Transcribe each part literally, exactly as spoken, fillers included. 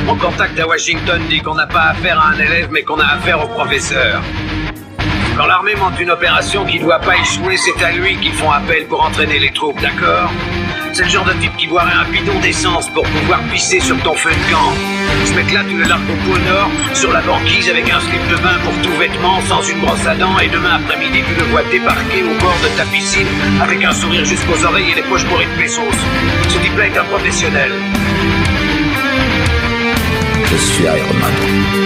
Mon contact à Washington dit qu'on n'a pas affaire à un élève, mais qu'on a affaire au professeur. Quand l'armée monte une opération qui doit pas échouer, c'est à lui qu'ils font appel pour entraîner les troupes, d'accord? C'est le genre de type qui boirait un bidon d'essence pour pouvoir pisser sur ton feu de camp. Ce mec-là, tu le largues au pôle Nord, sur la banquise avec un slip de bain pour tout vêtement, sans une brosse à dents, et demain après-midi, tu le vois débarquer au bord de ta piscine avec un sourire jusqu'aux oreilles et les poches bourrées de pesos. Ce type-là est un professionnel. Je suis Iron Man.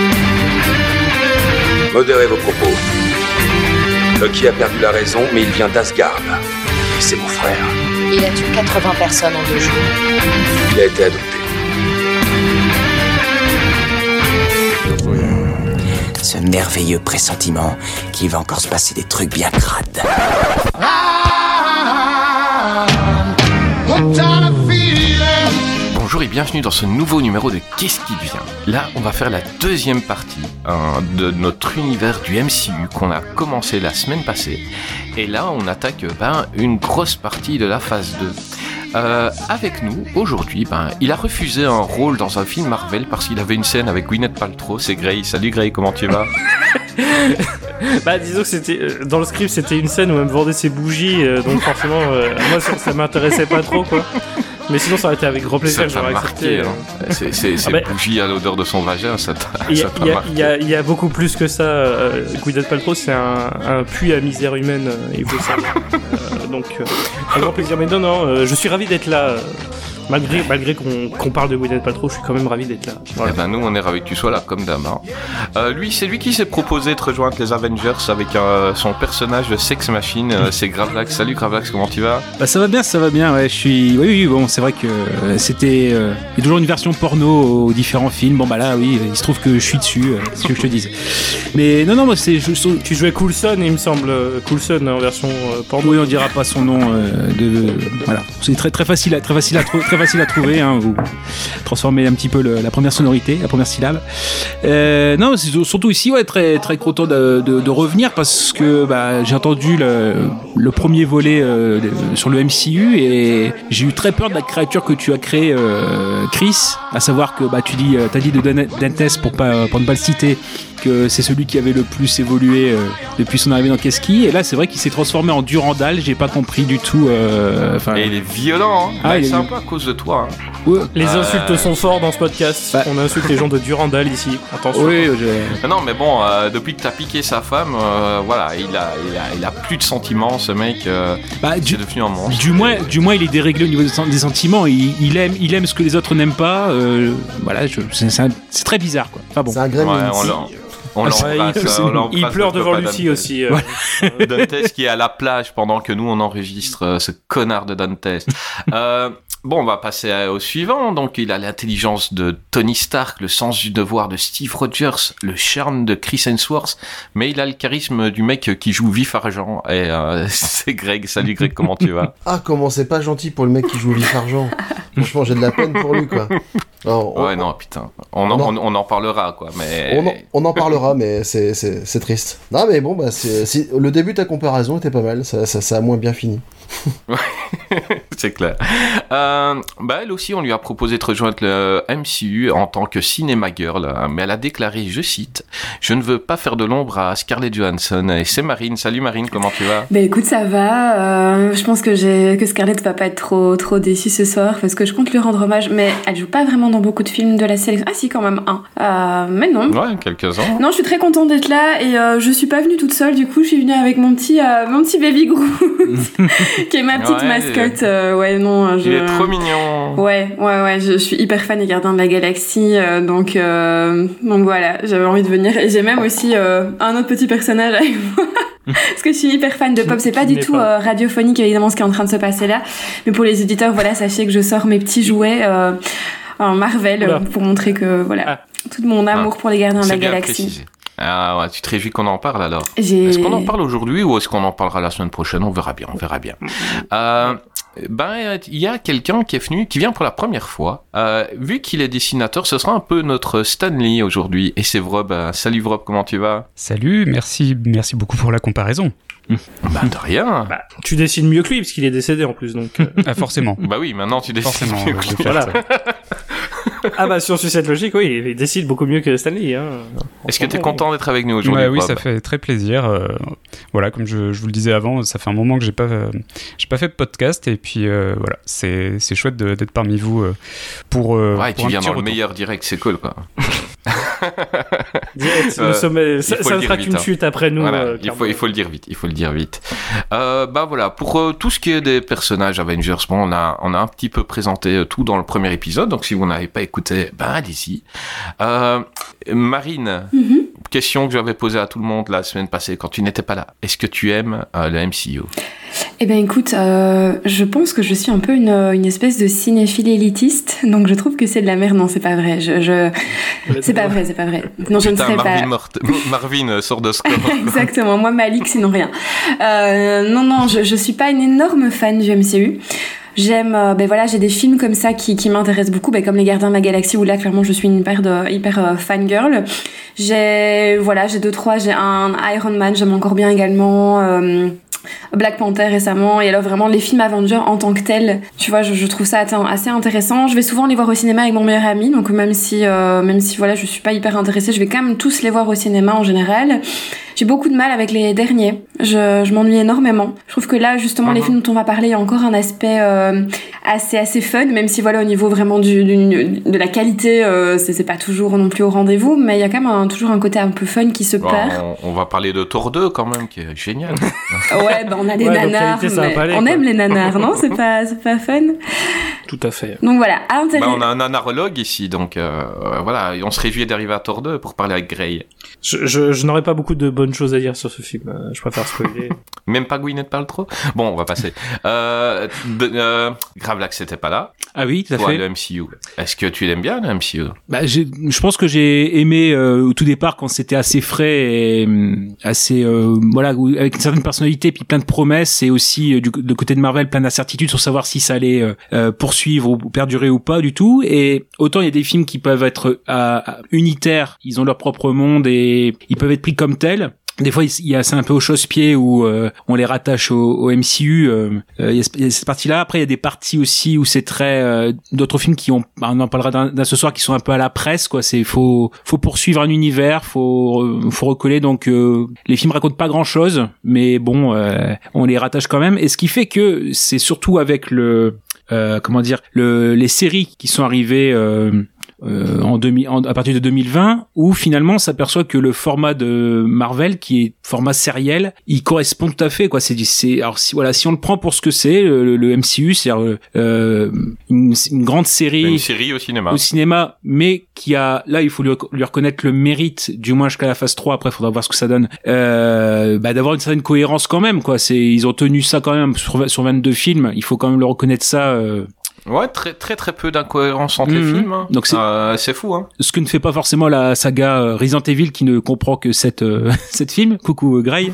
Modérez vos propos. Loki a perdu la raison, mais il vient d'Asgard. Et c'est mon frère. Il a tué quatre-vingts personnes en deux jours. Il a été adopté. Ce merveilleux pressentiment qu'il va encore se passer des trucs bien crades. Bonjour et bienvenue dans ce nouveau numéro de Qu'est-ce qui vient ? Là, on va faire la deuxième partie hein, de notre univers du M C U qu'on a commencé la semaine passée. Et là, on attaque ben, une grosse partie de la phase deux. Euh, avec nous, aujourd'hui, ben, il a refusé un rôle dans un film Marvel parce qu'il avait une scène avec Gwyneth Paltrow. C'est Gray. Salut Gray, comment tu vas ? Bah disons que c'était euh, dans le script c'était une scène où elle me vendait ses bougies euh, donc forcément euh, moi ça, ça m'intéressait pas trop quoi. Mais sinon ça aurait été avec grand plaisir que j'aurais accepté. Hein. C'est, c'est, c'est ah bah, bougie à l'odeur de son vagin, ça t'a, y a, ça t'a y a, marqué. Il y a, y a beaucoup plus que ça. Euh, Gwyneth Paltrow c'est un, un puits à misère humaine, euh, il faut ça. euh, donc euh, avec grand plaisir. Mais non non, euh, je suis ravi d'être là. Euh, Malgré, malgré qu'on, qu'on parle de Gwyneth Paltrow, je suis quand même ravi d'être là. Voilà. Eh ben nous, on est ravis que tu sois là, comme d'hab. Hein. Euh, lui, c'est lui qui s'est proposé de rejoindre les Avengers avec euh, son personnage de Sex Machine. Euh, c'est Gravelax. Salut Gravelax, comment tu vas ? Bah ça va bien, ça va bien. Ouais, je suis. Oui, oui. Bon, c'est vrai que euh, c'était. Euh, il y a toujours une version porno aux différents films. Bon bah là, oui, il se trouve que je suis dessus. Euh, c'est ce que je te disais. Mais non, non, moi c'est. Je, je, tu jouais Coulson, il me semble. Coulson en version euh, porno. Oui, on dira pas son nom. Euh, de, de. Voilà. C'est très très facile, à, très facile à trouver. facile à trouver, hein, vous transformez un petit peu le, la première sonorité, la première syllabe. Euh, non, c'est surtout ici, ouais, très très content de, de, de revenir parce que bah, j'ai entendu le, le premier volet euh, sur le M C U et j'ai eu très peur de la créature que tu as créée, euh, Chris, à savoir que bah tu dis, t'as dit de Dantes pour pas pour ne pas le citer, que c'est celui qui avait le plus évolué euh, depuis son arrivée dans Keski, et là c'est vrai qu'il s'est transformé en Durandal, j'ai pas compris du tout. Euh, et il est violent, hein. Ah, bah, il c'est est... un peu à cause de toi. Hein. Ouais. Les euh... insultes sont forts dans ce podcast. Bah... On insulte les gens de Durandal ici. Attention. Oui, je... Non, mais bon, euh, depuis que t'as piqué sa femme, euh, voilà, il a, il a, il a plus de sentiments, ce mec. Euh, bah, du, est devenu un monstre. Du moins, du moins, il est déréglé au niveau des sentiments. Il, il aime, il aime ce que les autres n'aiment pas. Euh, voilà, je, c'est, c'est, un, c'est très bizarre, quoi. Enfin bon. C'est un gremlin. Ouais, on l'embrasse, ouais, on l'embrasse, il pleure devant Lucie Dantes. aussi. Euh. Voilà. Dantes qui est à la plage pendant que nous on enregistre euh, ce connard de Dantes. euh, bon, on va passer au suivant. Donc, il a l'intelligence de Tony Stark, le sens du devoir de Steve Rogers, le charme de Chris Hemsworth, mais il a le charisme du mec qui joue Vif Argent. Et euh, c'est Greg. Salut Greg, comment tu vas ? Ah, comment c'est pas gentil pour le mec qui joue Vif Argent. Franchement, j'ai de la peine pour lui, quoi. Alors, on, ouais, non, putain. On, on, en, on, on en parlera, quoi. Mais... On, en, on en parlera, mais c'est, c'est, c'est triste. Non, mais bon, bah, c'est, c'est, le début de ta comparaison était pas mal. Ça, ça, ça a moins bien fini. C'est clair. Euh, bah, elle aussi, on lui a proposé de rejoindre le M C U en tant que cinéma girl. Mais elle a déclaré, je cite, « Je ne veux pas faire de l'ombre à Scarlett Johansson. » Et c'est Marine. Salut Marine, comment tu vas ? Bah écoute, ça va. Euh, je pense que, j'ai, que Scarlett va pas être trop, trop déçue ce soir parce que je compte lui rendre hommage. Mais elle joue pas vraiment dans beaucoup de films de la sélection. Ah si, quand même un. Euh, mais non. Ouais, quelques-uns. Non, je suis très contente d'être là et euh, je suis pas venue toute seule. Du coup, je suis venue avec mon petit, euh, mon petit baby Groot, qui est ma petite ouais, mascotte. Euh, ouais, non. Je... Il est trop mignon. Ouais, ouais, ouais. Je, je suis hyper fan des Gardiens de la Galaxie. Euh, donc, euh, donc voilà, j'avais envie de venir. Et j'ai même aussi euh, un autre petit personnage avec moi. Parce que je suis hyper fan de pop, c'est pas du tout euh, radiophonique évidemment ce qui est en train de se passer là, mais pour les auditeurs, voilà, sachez que je sors mes petits jouets euh, en Marvel euh, pour montrer que voilà, ah. tout mon amour ah. pour les Gardiens de la Galaxie. Précisé. Ah ouais, tu te réjouis qu'on en parle alors ? J'ai... Est-ce qu'on en parle aujourd'hui ou est-ce qu'on en parlera la semaine prochaine ? On verra bien, on verra bien. Euh, ben, il y a quelqu'un qui est venu, qui vient pour la première fois. Euh, vu qu'il est dessinateur, ce sera un peu notre Stan Lee aujourd'hui. Et c'est Vrob. Salut Vrob, comment tu vas ? Salut, merci, merci beaucoup pour la comparaison. Bah de rien. Bah, tu dessines mieux que lui parce qu'il est décédé en plus donc. Euh... Ah forcément. Bah oui, maintenant tu dessines forcément, mieux que lui. Voilà. Ah bah si on suit cette logique, oui, il décide beaucoup mieux que Stanley. Hein. Est-ce que tu es content d'être avec nous aujourd'hui? Ouais, oui, ça fait très plaisir. Euh, voilà, comme je, je vous le disais avant, ça fait un moment que j'ai pas, euh, j'ai pas fait de podcast et puis euh, voilà, c'est, c'est chouette de, d'être parmi vous euh, pour. Euh, ouais, pour tu viens dans retour. le meilleur direct, c'est cool quoi. Direct, euh, le sommet, ça, ça sera qu'une chute après nous. Voilà, euh, il, faut, il faut le dire vite, il faut le dire vite. Euh, bah voilà, pour euh, tout ce qui est des personnages Avengers, bon, on a, on a un petit peu présenté euh, tout dans le premier épisode, donc si vous n'avez pas écouté, ben allez-y. Euh, Marine, mm-hmm. question que j'avais posée à tout le monde la semaine passée quand tu n'étais pas là. Est-ce que tu aimes euh, le M C U? Eh ben écoute, euh, je pense que je suis un peu une, une espèce de cinéphile élitiste, donc je trouve que c'est de la merde. Non, c'est pas vrai. Je, je... C'est pas vrai, c'est pas vrai. Non, je Putain, ne serais Marvin pas. Mort... Marvin sort de score. Exactement. Moi, Malik, sinon rien. Euh, non, non, je, je suis pas une énorme fan du M C U. J'aime, euh, ben voilà, j'ai des films comme ça qui, qui m'intéressent beaucoup, ben comme Les Gardiens de la Galaxie où là clairement je suis une hyper, de, hyper euh, fangirl. J'ai, voilà, j'ai deux trois, j'ai un Iron Man, j'aime encore bien également. Euh, Black Panther récemment, et alors vraiment les films Avengers en tant que tels, tu vois, je, je trouve ça assez intéressant. Je vais souvent les voir au cinéma avec mon meilleur ami, donc même si euh, même si voilà je suis pas hyper intéressée, je vais quand même tous les voir au cinéma en général. J'ai beaucoup de mal avec les derniers, je, je m'ennuie énormément. Je trouve que là justement uh-huh. les films dont on va parler, il y a encore un aspect euh, assez assez fun, même si voilà au niveau vraiment du, du de la qualité, euh, c'est, c'est pas toujours non plus au rendez-vous, mais il y a quand même un, toujours un côté un peu fun qui se bon, perd. On, on va parler de Thor deux quand même, qui est génial. Ouais, bah on a des ouais, nanars, qualité, mais aller, on quoi. aime les nanars, non? C'est pas, c'est pas fun. Tout à fait. Donc voilà, à l'intérieur. Bah, on a un nanarologue ici, donc euh, voilà, et on se réjouit d'arriver à Thor deux pour parler avec Grey. Je, je, je n'aurais pas beaucoup de bonnes choses à dire sur ce film. Je préfère spoiler. Même pas Gwyneth Paltrow. Bon, on va passer. Euh, de, euh, Gravelax, c'était pas là. Ah oui, tout à Toi, fait. le M C U. Est-ce que tu l'aimes bien, le M C U? Bah, j'ai, je pense que j'ai aimé euh, au tout départ quand c'était assez frais et euh, assez euh, voilà, avec une certaine personnalité puis plein de promesses, et aussi euh, du de côté de Marvel plein d'incertitudes sur savoir si ça allait euh, euh, poursuivre ou perdurer ou pas du tout. Et autant il y a des films qui peuvent être euh, unitaires, ils ont leur propre monde et ils peuvent être pris comme tels. Des fois, il y a c'est un peu au chausse-pied où euh, on les rattache au, au M C U. Euh, il, y a, il y a cette partie-là. Après, il y a des parties aussi où c'est très euh, d'autres films qui ont, on en parlera d'un, d'un ce soir, qui sont un peu à la presse, quoi. C'est faut faut poursuivre un univers, faut faut recoller. Donc euh, les films racontent pas grand-chose, mais bon, euh, on les rattache quand même. Et ce qui fait que c'est surtout avec le euh, comment dire le les séries qui sont arrivées. Euh, Euh, en, deux mille, en à partir de deux mille vingt, où finalement on s'aperçoit que le format de Marvel, qui est format sériel, il correspond tout à fait, quoi. C'est, c'est alors si voilà, si on le prend pour ce que c'est, le, le M C U, c'est-à-dire euh, une, une grande série, une série au cinéma, au cinéma, mais qui a là, il faut lui, lui reconnaître le mérite, du moins jusqu'à la phase trois. Après, il faudra voir ce que ça donne. Euh, bah, d'avoir une certaine cohérence quand même, quoi. C'est, ils ont tenu ça quand même sur, sur vingt-deux films. Il faut quand même le reconnaître ça. Euh, Ouais, très très très peu d'incohérence entre mmh. les films. Hein. Donc c'est, euh, c'est fou, hein. Ce que ne fait pas forcément la saga Resident Evil, qui ne comprend que sept euh, sept films. Coucou euh, Grey.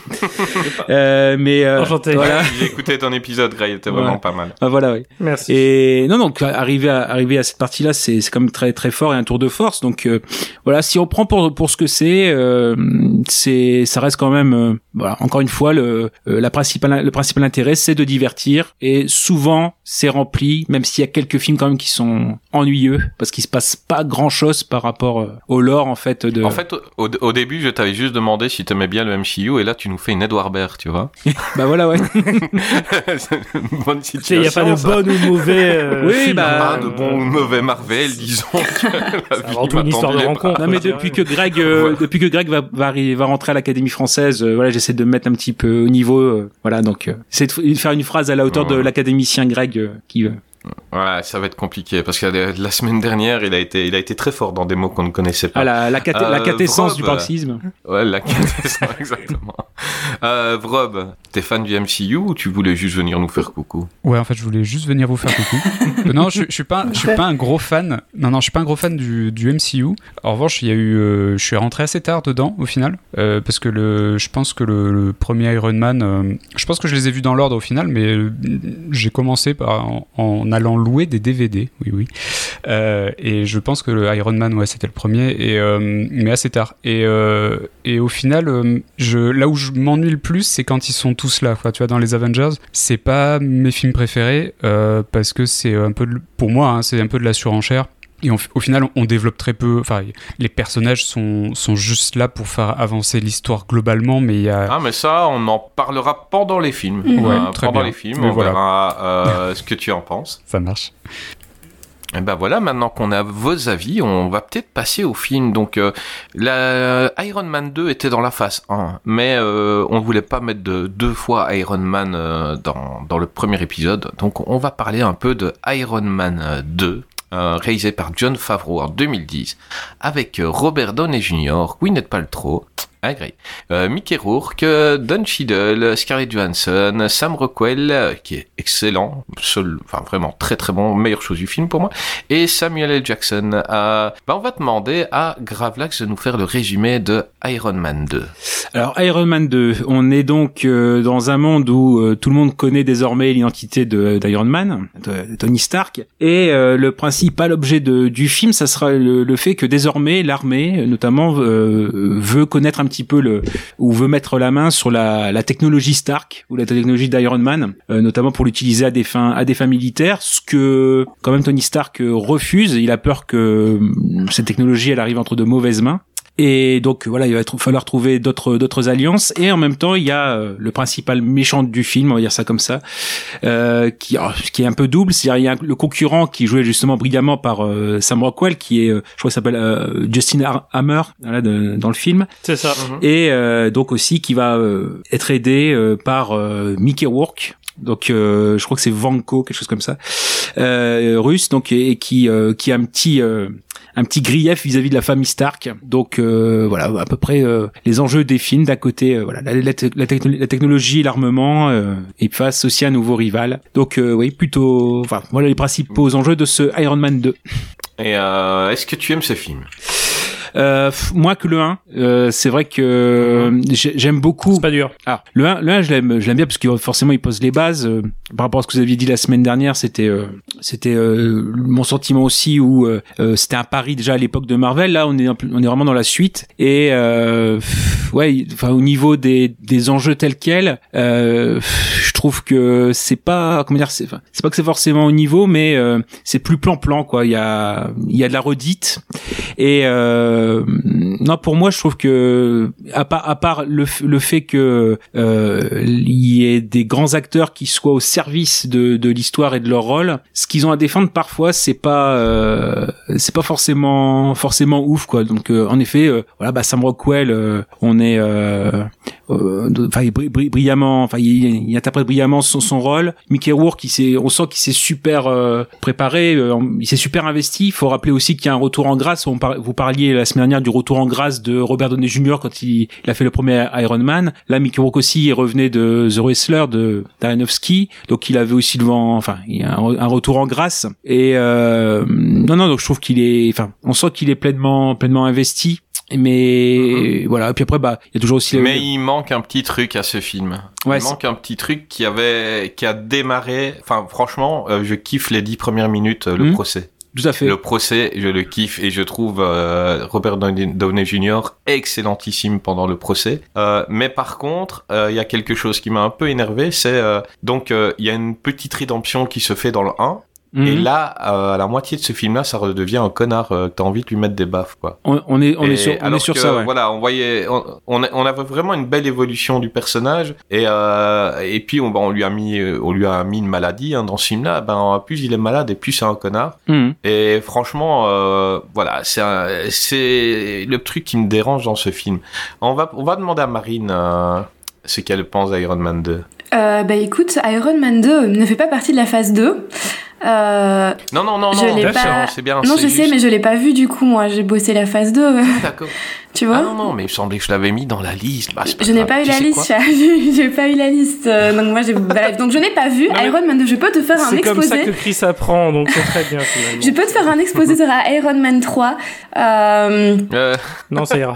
euh, mais euh, enchanté. Voilà. J'ai écouté ton épisode, Grey, était vraiment ouais. pas mal. Ah, voilà, oui. Merci. Et non, donc arriver à arriver à cette partie-là, c'est c'est quand même très très fort et un tour de force. Donc euh, voilà, si on prend pour pour ce que c'est, euh, c'est ça reste quand même euh, voilà, encore une fois le euh, la principale le principal intérêt, c'est de divertir, et souvent c'est rempli, même s'il y a quelques films quand même qui sont ennuyeux parce qu'il se passe pas grand chose par rapport euh, au lore en fait de. En fait, au, au début, je t'avais juste demandé si t'aimais bien le M C U, et là tu nous fais une Edward Baird, tu vois. Bah voilà, ouais. C'est une bonne situation. Il y a pas de ça. bon ou mauvais. Euh, oui, bah pas de bon ou mauvais Marvel, disons. C'est avant tout une histoire de rencontre. Non mais depuis que Greg, euh, ouais. depuis que Greg va va, va rentrer à l'Académie française, euh, voilà, j'essaie de me mettre un petit peu au niveau, euh, voilà, donc euh, c'est de faire une phrase à la hauteur ouais. de l'académicien Greg euh, qui. Euh, Voilà, ça va être compliqué parce que la semaine dernière, il a été, il a été très fort dans des mots qu'on ne connaissait pas. Ah, la, la, caté- euh, la quintessence Vrob, du paroxysme. Ouais, la quintessence, exactement. Euh, Vrob, t'es fan du M C U ou tu voulais juste venir nous faire coucou? Ouais, en fait, je voulais juste venir vous faire coucou. euh, non, je, je suis pas, je suis pas un gros fan. Non, non, je suis pas un gros fan du, du M C U. En revanche, il y a eu, euh, je suis rentré assez tard dedans au final, euh, parce que le, je pense que le, le premier Iron Man, euh, je pense que je les ai vus dans l'ordre au final, mais euh, j'ai commencé par en, en allant louer des D V D, oui, oui. Euh, et je pense que le Iron Man, ouais, c'était le premier, et, euh, mais assez tard. Et, euh, et au final, euh, je, là où je m'ennuie le plus, c'est quand ils sont tous là, quoi. Tu vois, dans les Avengers, c'est pas mes films préférés, euh, parce que c'est un peu, de, pour moi, hein, c'est un peu de la surenchère. Et on, au final, on développe très peu. Enfin, les personnages sont, sont juste là pour faire avancer l'histoire globalement, mais il y a. Ah, mais ça, on en parlera pendant les films. Mmh. Ouais, euh, très pendant bien. les films, Mais on voilà. verra euh, ce que tu en penses. Ça marche. Et ben voilà, maintenant qu'on a vos avis, on va peut-être passer au film. Donc, euh, la Iron Man deux était dans la phase un, mais euh, on ne voulait pas mettre de deux fois Iron Man euh, dans, dans le premier épisode. Donc, on va parler un peu de Iron Man deux. Euh, réalisé par Jon Favreau en deux mille dix, avec Robert Downey junior, Gwyneth Paltrow, ah, great. Euh, Mickey Rourke, Don Cheadle, Scarlett Johansson, Sam Rockwell, euh, qui est excellent, seul, enfin vraiment très très bon, meilleure chose du film pour moi, et Samuel L. Jackson. Euh, bah on va demander à Gravelax de nous faire le résumé de Iron Man deux. Alors Iron Man deux, on est donc euh, dans un monde où euh, tout le monde connaît désormais l'identité de d'Iron Man, de, de Tony Stark, et euh, le principal objet de, du film, ça sera le, le fait que désormais l'armée, notamment, euh, veut connaître un petit peu le ou veut mettre la main sur la, la technologie Stark ou la technologie d'Iron Man, euh, notamment pour l'utiliser à des fins à des fins militaires, ce que quand même Tony Stark refuse. Il a peur que euh, cette technologie elle arrive entre de mauvaises mains. Et donc voilà, il va être, falloir trouver d'autres d'autres alliances, et en même temps il y a euh, le principal méchant du film, on va dire ça comme ça, euh, qui alors, qui est un peu double, c'est-à-dire il y a le concurrent qui jouait justement brillamment par euh, Sam Rockwell, qui est euh, je crois qu'il s'appelle euh, Justin Hammer voilà, de, dans le film. C'est ça. Et euh, donc aussi qui va euh, être aidé euh, par euh, Mickey Rourke. Donc euh, je crois que c'est Vanko, quelque chose comme ça, euh, russe, donc et, et qui euh, qui a un petit euh, un petit grief vis-à-vis de la famille Stark. Donc euh, voilà à peu près euh, les enjeux des films. D'un côté euh, voilà la, la, la, techno- la technologie, l'armement, euh, et face aussi un nouveau rival. Donc euh, oui plutôt enfin voilà les principaux enjeux de ce Iron Man deux. Et euh, est-ce que tu aimes ce film? Euh, moi que le un, euh, c'est vrai que euh, j'aime beaucoup. C'est pas dur. Ah, le un, le un, je l'aime, je l'aime bien parce que forcément il pose les bases. Euh, par rapport à ce que vous aviez dit la semaine dernière, c'était, euh, c'était euh, mon sentiment aussi où euh, euh, c'était un pari déjà à l'époque de Marvel. Là, on est, un peu, on est vraiment dans la suite. Et euh, ouais, enfin au niveau des des enjeux tels quels, euh, je trouve que c'est pas, comment dire, c'est, enfin, c'est pas que c'est forcément au niveau, mais euh, c'est plus plan-plan quoi. Il y a il y a de la redite et euh, Euh, non, pour moi, je trouve que à part, à part le, le fait que euh, il y ait des grands acteurs qui soient au service de, de l'histoire et de leur rôle, ce qu'ils ont à défendre parfois, c'est pas, euh, c'est pas forcément, forcément ouf, quoi. Donc, euh, en effet, euh, voilà, bah Sam Rockwell, euh, on est, enfin, euh, euh, br- brillamment, enfin, il, il interprète brillamment son, son rôle. Mickey Rourke, qui s'est, on sent qu'il s'est super euh, préparé, euh, il s'est super investi. Il faut rappeler aussi qu'il y a un retour en grâce. On par, vous parliez la semaine dernière du retour en grâce de Robert Downey junior quand il, il a fait le premier Iron Man. Là, Mickey Rourke aussi revenait de The Wrestler de d'Aronofsky, donc il avait aussi devant, enfin, il y a un, un retour en grâce. Et euh, non, non, donc je trouve qu'il est, enfin, on sent qu'il est pleinement, pleinement investi. Mais mm-hmm. voilà. Et puis après, bah, il y a toujours aussi. Mais le... il manque un petit truc à ce film. Ouais, il c'est... manque un petit truc qui avait, qui a démarré. Enfin, franchement, euh, je kiffe les dix premières minutes, euh, le mm-hmm. procès. Tout à fait. Le procès, je le kiffe et je trouve euh, Robert Downey junior excellentissime pendant le procès. Euh, mais par contre, il euh, y a quelque chose qui m'a un peu énervé, c'est euh, donc il euh, y a une petite rédemption qui se fait dans le un. Mmh. Et là, euh, à la moitié de ce film-là, ça redevient un connard. Euh, t'as envie de lui mettre des baffes, quoi. On, on est, on et est sur, on est sur que, ça, ouais. Voilà, on voyait, on, on, on avait vraiment une belle évolution du personnage. Et euh, et puis on, on lui a mis, on lui a mis une maladie hein, dans ce film-là. Ben plus il est malade et plus c'est un connard. Mmh. Et franchement, euh, voilà, c'est un, c'est le truc qui me dérange dans ce film. On va, on va demander à Marine euh, ce qu'elle pense d'Iron Man deux. Euh, bah écoute, Iron Man deux ne fait pas partie de la phase deux. Euh, non, non, non, je non, l'ai bien pas... sûr, c'est bien. Non, c'est je juste... sais, mais je l'ai pas vu du coup, moi. J'ai bossé la phase deux. Ah, d'accord. Tu vois? Ah non, non, mais il me semblait que je l'avais mis dans la liste. Bah, pas je n'ai pas eu la liste, j'ai pas eu la liste. Donc, moi, j'ai. Bref, donc je n'ai pas vu non, Iron Man deux. Je peux te faire un c'est exposé. C'est comme ça que Chris apprend, donc c'est très bien finalement. Je peux te faire un exposé sur Iron Man trois. Euh... Euh... Non, ça ira.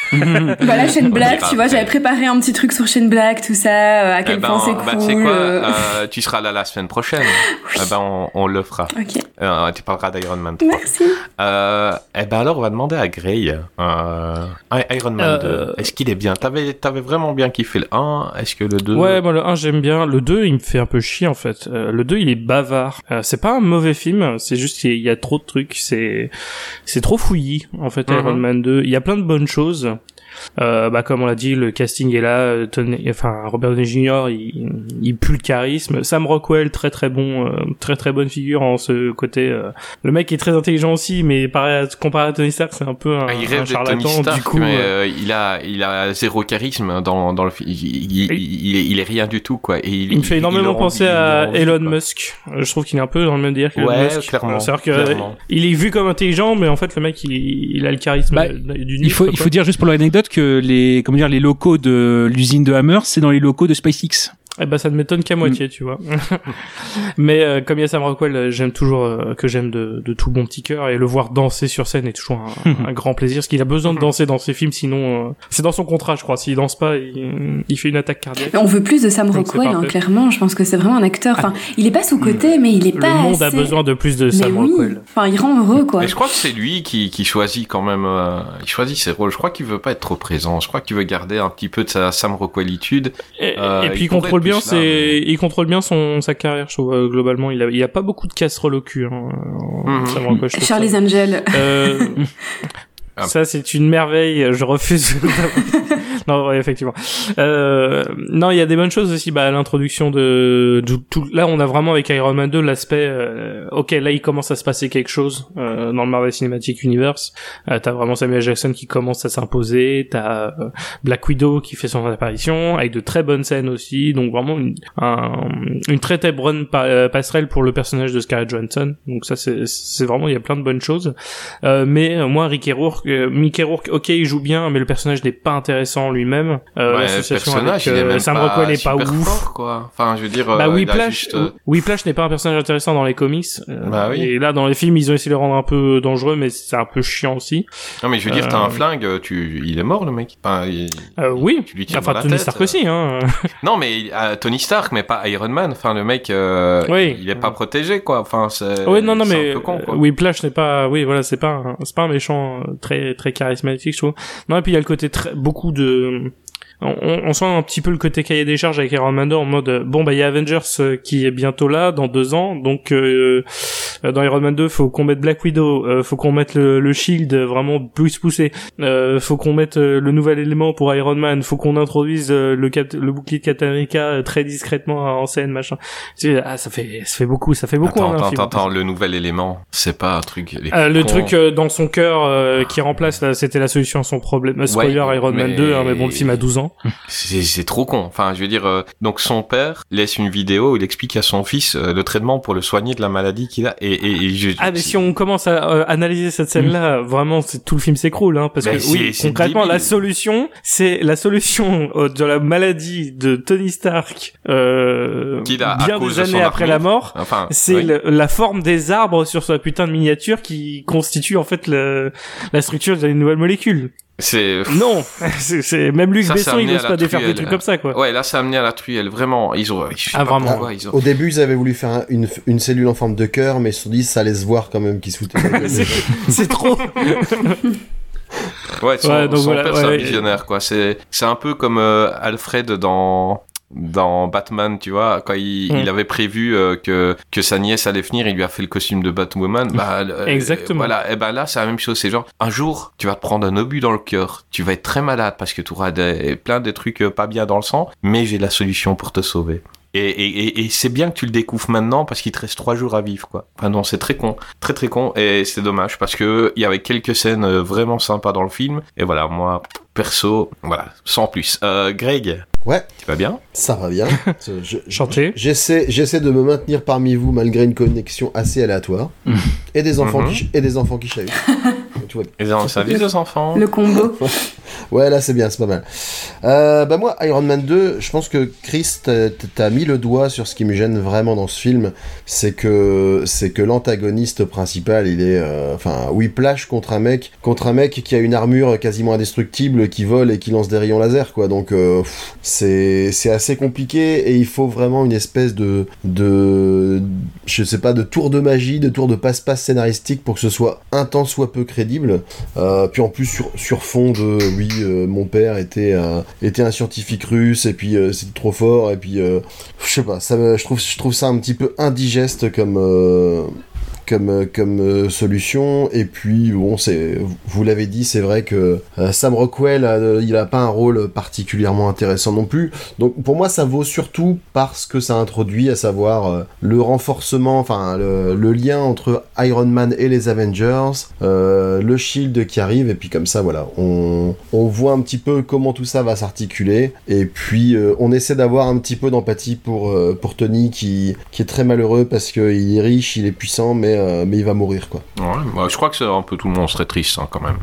Voilà, Shane Black, tu vois, j'avais préparé un petit truc sur Shane Black, tout ça, euh, à quel eh ben, point c'est bah, cool. c'est quoi euh... euh, Tu seras là la semaine prochaine. Oui. Eh ben, on, on le fera. Ok. Euh, tu parleras d'Iron Man trois. Merci. Euh, eh ben alors, on va demander à Grey. Euh, Iron Man euh... deux, est-ce qu'il est bien? T'avais, t'avais vraiment bien kiffé le un? Est-ce que le deux... Ouais, moi le un j'aime bien. Le deux, il me fait un peu chier en fait. Euh, le deux, il est bavard. Euh, c'est pas un mauvais film, c'est juste qu'il y a trop de trucs. C'est, c'est trop fouillis en fait. Mm-hmm. Iron Man deux, il y a plein de bonnes choses. Euh, bah comme on l'a dit, le casting est là. Tony, enfin Robert Downey junior, il, il pue le charisme. Sam Rockwell, très très bon, euh, très très bonne figure en ce côté. Euh, le mec est très intelligent aussi, mais pareil, comparé à Tony Stark, c'est un peu un, ah, il rêve un charlatan. Tony Stark, du coup, mais euh... euh, il a il a zéro charisme dans dans le film. Il, il, il, il, il est rien du tout quoi. Et il, il me fait énormément il penser envie, à envie, Elon quoi. Musk. Je trouve qu'il est un peu dans le même délire que ouais, Elon Musk. Clairement, C'est-à-dire que clairement. il est vu comme intelligent, mais en fait le mec il, il a le charisme bah, du il faut il faut dire juste pour l'anecdote que les comment dire les locaux de l'usine de Hammer, c'est dans les locaux de SpaceX. Eh ben ça ne m'étonne qu'à moitié, mm. tu vois. Mais euh, comme il y a Sam Rockwell, j'aime toujours euh, que j'aime de, de tout bon petit cœur, et le voir danser sur scène est toujours un, un grand plaisir, parce qu'il a besoin de danser dans ses films, sinon euh, c'est dans son contrat, je crois. S'il danse pas, il, il fait une attaque cardiaque. On veut plus de Sam Rockwell, hein, clairement. Je pense que c'est vraiment un acteur. Enfin, il est pas sous côté, mais il est pas. Le monde assez... a besoin de plus de mais Sam oui. Rockwell. Enfin, il rend heureux, quoi. Mais je crois que c'est lui qui qui choisit quand même. Euh, il choisit ses rôles. Je crois qu'il veut pas être trop présent. Je crois qu'il veut garder un petit peu de sa Sam Rockwellitude. Et, euh, et puis il il contrôle bien là, ses. Mais... Il contrôle bien son sa carrière, je trouve, euh, globalement. Il a il a pas beaucoup de casseroles au cul. Hein, mm-hmm. Charlie's Angel. Euh, ça c'est une merveille. Je refuse. Non, ouais, effectivement. Euh, non, il y a des bonnes choses aussi. Bah, l'introduction de, de tout. Là, on a vraiment avec Iron Man deux l'aspect. Euh, ok, là, il commence à se passer quelque chose euh, dans le Marvel Cinematic Universe. Euh, t'as vraiment Samuel Jackson qui commence à s'imposer. T'as euh, Black Widow qui fait son apparition avec de très bonnes scènes aussi. Donc vraiment une, un, une très très bonne pa- passerelle pour le personnage de Scarlett Johansson. Donc ça, c'est, c'est vraiment il y a plein de bonnes choses. Euh, mais euh, moi, Ricky Rourke, euh, Mickey Rourke, ok, il joue bien, mais le personnage n'est pas intéressant lui-même. Euh, ouais, l'association le personnage, avec, il est même Sam pas Rockwell n'est pas ouf. Fort, quoi. Enfin, je veux dire, bah, euh, Whiplash, juste, euh... Whiplash n'est pas un personnage intéressant dans les comics. Euh, bah oui. Et là, dans les films, ils ont essayé de le rendre un peu dangereux, mais c'est un peu chiant aussi. Non, mais je veux dire, euh... t'as un flingue, tu, il est mort, le mec. Enfin, il... euh, oui. Tu lui tires enfin, dans la Tony tête, Stark euh... aussi, hein. Non, mais euh, Tony Stark, mais pas Iron Man. Enfin, le mec, euh, oui. il est pas protégé, quoi. Enfin, c'est. Oui, non, non, c'est mais un peu con, quoi. Whiplash n'est pas, oui, voilà, c'est pas, un... c'est pas un méchant très, très charismatique, je trouve. Non, et puis il y a le côté très, beaucoup de. On, on sent un petit peu le côté cahier des charges avec Iron Man deux en mode euh, bon bah il y a Avengers euh, qui est bientôt là dans deux ans, donc euh, dans Iron Man deux faut qu'on mette Black Widow, euh, faut qu'on mette le, le Shield vraiment plus poussé, euh, faut qu'on mette euh, le nouvel élément pour Iron Man, faut qu'on introduise euh, le, cap- le bouclier de Captain America euh, très discrètement en scène machin. Tu sais, ah ça fait ça fait beaucoup, ça fait beaucoup. Attends, hein, attends, film. attends, le nouvel élément, c'est pas un truc. Euh, le truc euh, dans son cœur euh, qui remplace, là, c'était la solution à son problème. Euh, spoiler ouais, Iron mais... Man deux, hein, mais bon le film a douze ans. C'est, c'est trop con. Enfin, je veux dire, euh, donc son père laisse une vidéo où il explique à son fils euh, le traitement pour le soigner de la maladie qu'il a. Et, et, et je, ah, mais si on commence à euh, analyser cette scène-là, mmh. vraiment, c'est, tout le film s'écroule, hein, parce ben que c'est, oui, c'est concrètement, débile. La solution, c'est la solution euh, de la maladie de Tony Stark, euh, a, bien des années après armure. la mort. Enfin, c'est oui. le, la forme des arbres sur sa putain de miniature qui constitue en fait le, la structure d'une nouvelle molécule. C'est non, c'est, c'est même Luc ça, Besson, il n'ose pas défaire des trucs comme ça, quoi. Ouais, là, ça a amené à la truelle. Vraiment, ils ont. Je sais ah, pas vraiment. Pourquoi, ils ont... Au début, ils avaient voulu faire un, une une cellule en forme de cœur, mais ils se sont dit ça allait se voir quand même qu'ils se foutaient. c'est, c'est trop. Ouais, son, ouais, donc son voilà, père, ouais, c'est un ouais. visionnaire, quoi. C'est c'est un peu comme euh, Alfred dans. Dans Batman, tu vois, quand il, mmh. il avait prévu euh, que que sa nièce allait venir, il lui a fait le costume de Batwoman. Bah, exactement. Euh, voilà, et ben là, c'est la même chose. C'est genre, un jour, tu vas te prendre un obus dans le cœur, tu vas être très malade parce que tu auras des, plein de trucs pas bien dans le sang, mais j'ai la solution pour te sauver. Et, et, et, et c'est bien que tu le découvres maintenant parce qu'il te reste trois jours à vivre, quoi. Enfin non, c'est très con, très très con, et c'est dommage parce que il y avait quelques scènes vraiment sympas dans le film. Et voilà, moi, perso, voilà, sans plus. Euh, Greg. Ouais. Tu vas bien ? Ça va bien. Je, Chanter. J'essaie, j'essaie de me maintenir parmi vous malgré une connexion assez aléatoire. et des enfants mm-hmm. qui, et des enfants qui chahutent. Et dans sa vie, des enfants. Le combo. Ouais, là c'est bien, c'est pas mal. Euh, bah moi, Iron Man deux, je pense que Chris, t'as, t'as mis le doigt sur ce qui me gêne vraiment dans ce film, c'est que c'est que l'antagoniste principal, il est, euh, enfin, Whiplash contre un mec, contre un mec qui a une armure quasiment indestructible, qui vole et qui lance des rayons laser, quoi. Donc euh, pff, c'est c'est assez compliqué et il faut vraiment une espèce de de je sais pas de tour de magie, de tour de passe-passe scénaristique pour que ce soit un tant soit peu crédible. Euh, puis en plus sur sur fond de oui, euh, mon père était euh, était un scientifique russe et puis euh, c'était trop fort et puis euh, je sais pas, ça me, je trouve je trouve ça un petit peu indigeste comme euh, comme comme euh, solution. Et puis bon, c'est, vous l'avez dit, c'est vrai que euh, Sam Rockwell euh, il a pas un rôle particulièrement intéressant non plus, donc pour moi ça vaut surtout parce que ça introduit, à savoir euh, le renforcement, enfin le, le lien entre Iron Man et les Avengers, euh, le Shield qui arrive, et puis comme ça voilà, on, on voit un petit peu comment tout ça va s'articuler, et puis euh, on essaie d'avoir un petit peu d'empathie pour, euh, pour Tony qui, qui est très malheureux parce qu'il est riche, il est puissant, mais Euh, mais il va mourir, quoi. Ouais, bah, je crois que c'est un peu tout le monde serait triste, hein, quand même.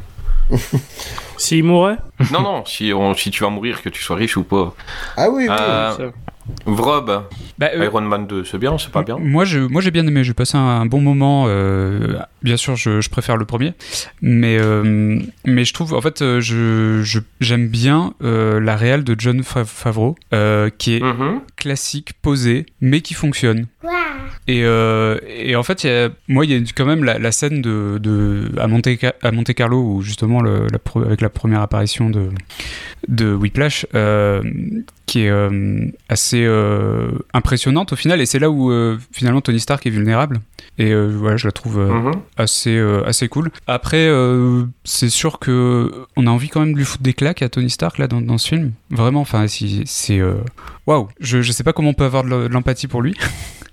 S'il mourait ? Non, non, si, on, si tu vas mourir, que tu sois riche ou pauvre. Ah oui, oui, euh, oui. Vrob, bah, euh, Iron Man deux, c'est bien, c'est pas bien. Moi, je, moi j'ai bien aimé, j'ai passé un, un bon moment. Euh, bien sûr, je, je préfère le premier, mais, euh, mais je trouve, en fait, je, je, j'aime bien euh, la réal de Jon Favreau, euh, qui est mm-hmm. classique, posée, mais qui fonctionne. Wow. Et, euh, et en fait, y a, moi, il y a quand même la, la scène de, de, à, Monte, à Monte Carlo, où justement, le, la, avec la première apparition de, de Whiplash, euh, qui est euh, assez euh, impressionnante au final, et c'est là où euh, finalement Tony Stark est vulnérable, et euh, voilà, je la trouve euh, mm-hmm. assez, euh, assez cool. Après, euh, c'est sûr que on a envie quand même de lui foutre des claques à Tony Stark là dans, dans ce film, vraiment, enfin si, c'est waouh, wow. je, je sais pas comment on peut avoir de l'empathie pour lui.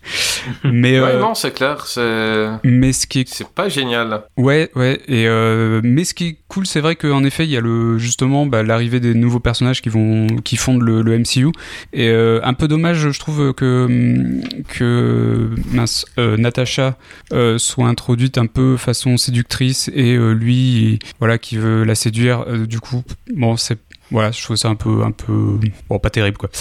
Mais ouais, euh, non, c'est clair, c'est. Mais ce qui est, c'est pas génial. Ouais, ouais. Et euh, mais ce qui est cool, c'est vrai qu'en effet, il y a le justement bah, l'arrivée des nouveaux personnages qui vont, qui fondent le, le M C U. Et euh, un peu dommage, je trouve que que mince, euh, Natasha euh, soit introduite un peu façon séductrice et euh, lui, voilà, qui veut la séduire. Euh, du coup, bon, c'est voilà, je trouve ça un peu, un peu, bon, pas terrible quoi.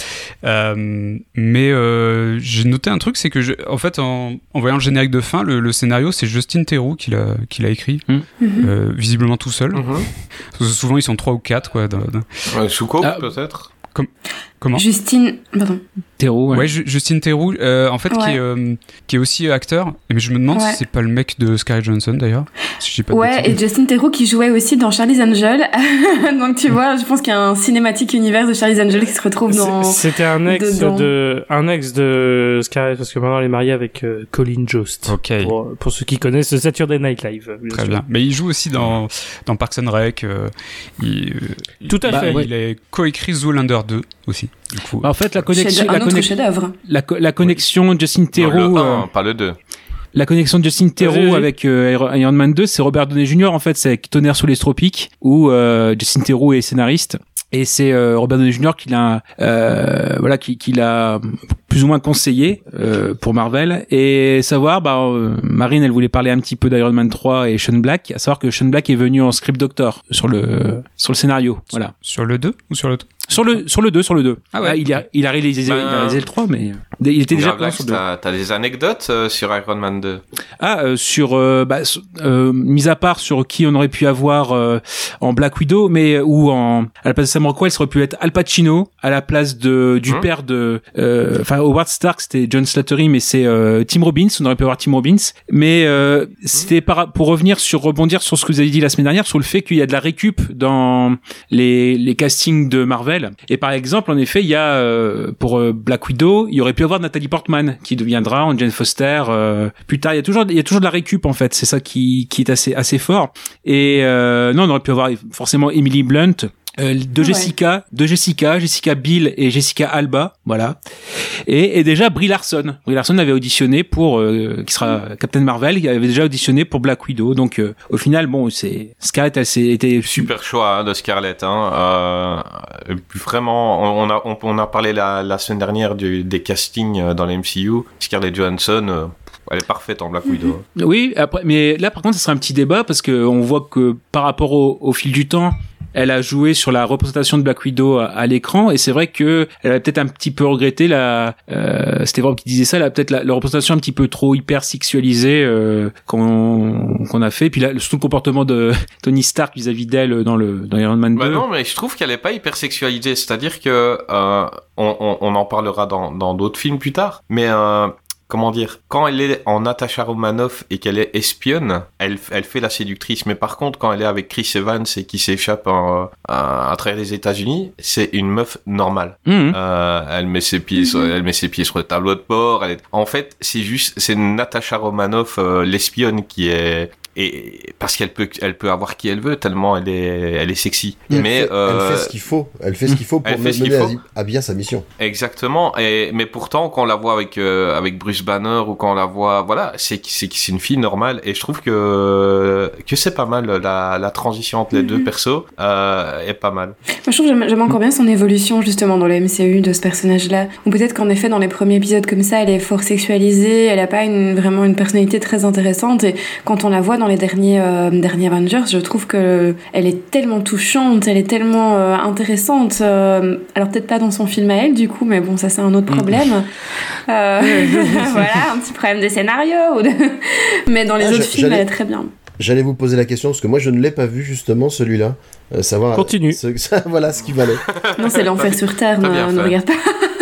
Euh, mais euh, j'ai noté un truc, c'est que, je, en fait, en, en voyant le générique de fin, le, le scénario, c'est Justin Theroux qui l'a, qui l'a écrit, mmh. euh, visiblement tout seul. Mmh. Parce que souvent ils sont trois ou quatre quoi. Dans, dans... Ouais, Souko ah, peut-être. Com- comment Justine, pardon. Theroux, ouais. ouais Ju- Justine Theroux, euh, en fait, ouais. qui, est, euh, qui est aussi acteur. Mais je me demande ouais. si c'est pas le mec de Scarlett Johansson d'ailleurs. Si j'ai pas ouais, et Justin Theroux qui jouait aussi dans Charlie's Angel. Donc tu vois, je pense qu'il y a un cinématique univers de Charlie's Angel qui se retrouve dans. C'était un ex de, de un ex de Scarlett, parce que maintenant elle est mariée avec euh, Colin Jost. Ok. Pour, pour ceux qui connaissent Saturday Night Live. Bien Très sûr. bien. Mais il joue aussi dans dans Parks and Rec. Euh, il, Tout à bah, fait. Ouais. Il a coécrit Zoolander deux aussi. Du coup. Bah, en fait, la connexion, un la, autre conne... chef-d'œuvre. la, la connexion Justin Theroux, non, le un, euh... pas le deux. La connexion de Justin Theroux avec euh, Iron Man deux, c'est Robert Downey junior en fait, c'est avec Tonnerre sous les tropiques, où euh, Justin Theroux est scénariste. Et c'est euh, Robert Downey junior qui l'a, euh, voilà, qui, qui l'a plus ou moins conseillé euh, pour Marvel. Et savoir, bah, euh, Marine, elle voulait parler un petit peu d'Iron Man trois et Sean Black. À savoir que Sean Black est venu en script doctor sur le sur le scénario. Voilà. Sur le deux ou sur le Sur le sur le deux, sur le deux. Ah ouais. Ah, il a il a réalisé, Ben, il a réalisé le trois, mais il était déjà Black, sur le deux. T'as, t'as des anecdotes euh, sur Iron Man deux? Ah, euh, sur euh, bah, euh, mis à part sur qui on aurait pu avoir euh, en Black Widow, mais ou en à la place de Sam Rockwell, ça aurait pu être Al Pacino à la place de du mmh. père de enfin euh, Howard Stark, c'était John Slattery, mais c'est euh, Tim Robbins, on aurait pu avoir Tim Robbins, mais euh, c'était par, pour revenir sur rebondir sur ce que vous avez dit la semaine dernière sur le fait qu'il y a de la récup dans les les castings de Marvel. Et par exemple, en effet, il y a euh, pour euh, Black Widow, il y aurait pu avoir Natalie Portman qui deviendra en Jane Foster euh, plus tard. Il y a toujours il y a toujours de la récup en fait, c'est ça qui qui est assez assez fort. Et euh, non, on aurait pu avoir forcément Emily Blunt. Euh, de Jessica, ouais. de Jessica, Jessica Biel et Jessica Alba, voilà. Et, et déjà Brie Larson, Brie Larson avait auditionné pour, euh, qui sera Captain Marvel, il avait déjà auditionné pour Black Widow. Donc euh, au final, bon, c'est Scarlett, elle s'est été super choix hein, de Scarlett. Hein. Euh, vraiment, on a on, on a parlé la, la semaine dernière du, des castings dans l'M C U. Scarlett Johansson. Euh, Elle est parfaite en Black Widow. Oui, après, mais là par contre, ce sera un petit débat parce que on voit que par rapport au, au fil du temps, elle a joué sur la représentation de Black Widow à, à l'écran, et c'est vrai que elle a peut-être un petit peu regretté la, euh, c'était Rob qui disait ça, elle a peut-être la, la représentation un petit peu trop hyper sexualisée euh, qu'on, qu'on a fait, puis là, surtout le comportement de Tony Stark vis-à-vis d'elle dans le dans Iron Man deux. Bah non, mais je trouve qu'elle est pas hyper sexualisée, c'est-à-dire que euh, on, on, on en parlera dans dans d'autres films plus tard, mais euh, comment dire, quand elle est en Natasha Romanoff et qu'elle est espionne, elle, elle fait la séductrice. Mais par contre, quand elle est avec Chris Evans et qui s'échappe en, à, à travers les États-Unis, c'est une meuf normale. Mmh. Euh, elle met ses pieds, sur, elle met ses pieds sur le tableau de bord. Elle est... En fait, c'est juste, c'est Natasha Romanoff, euh, l'espionne, qui est et parce qu'elle peut, elle peut avoir qui elle veut tellement elle est, elle est sexy. Mais mais elle fait, euh, elle fait ce qu'il faut. Elle fait ce qu'il faut pour mener à, à bien sa mission. Exactement. Et mais pourtant, quand on la voit avec euh, avec Bruce Banner ou quand on la voit, voilà, c'est c'est c'est une fille normale. Et je trouve que que c'est pas mal la la transition entre les mm-hmm. deux persos euh, est pas mal. Moi, je trouve que j'aime, j'aime encore bien son évolution justement dans le M C U de ce personnage-là. Ou peut-être qu'en effet, dans les premiers épisodes comme ça, elle est fort sexualisée. Elle a pas une vraiment une personnalité très intéressante. Et quand on la voit dans les derniers euh, derniers Avengers, je trouve que elle est tellement touchante, elle est tellement euh, intéressante. Euh, alors peut-être pas dans son film à elle du coup, mais bon, ça c'est un autre problème. euh, voilà, un petit problème de scénario. Ou de... mais dans les ah, autres films, j'allais... elle est très bien. J'allais vous poser la question parce que moi je ne l'ai pas vu justement celui-là. Euh, savoir. Continue. Ce, ça, voilà ce qu'il valait. Non, c'est l'enfer sur terre. Ne, ne regarde pas.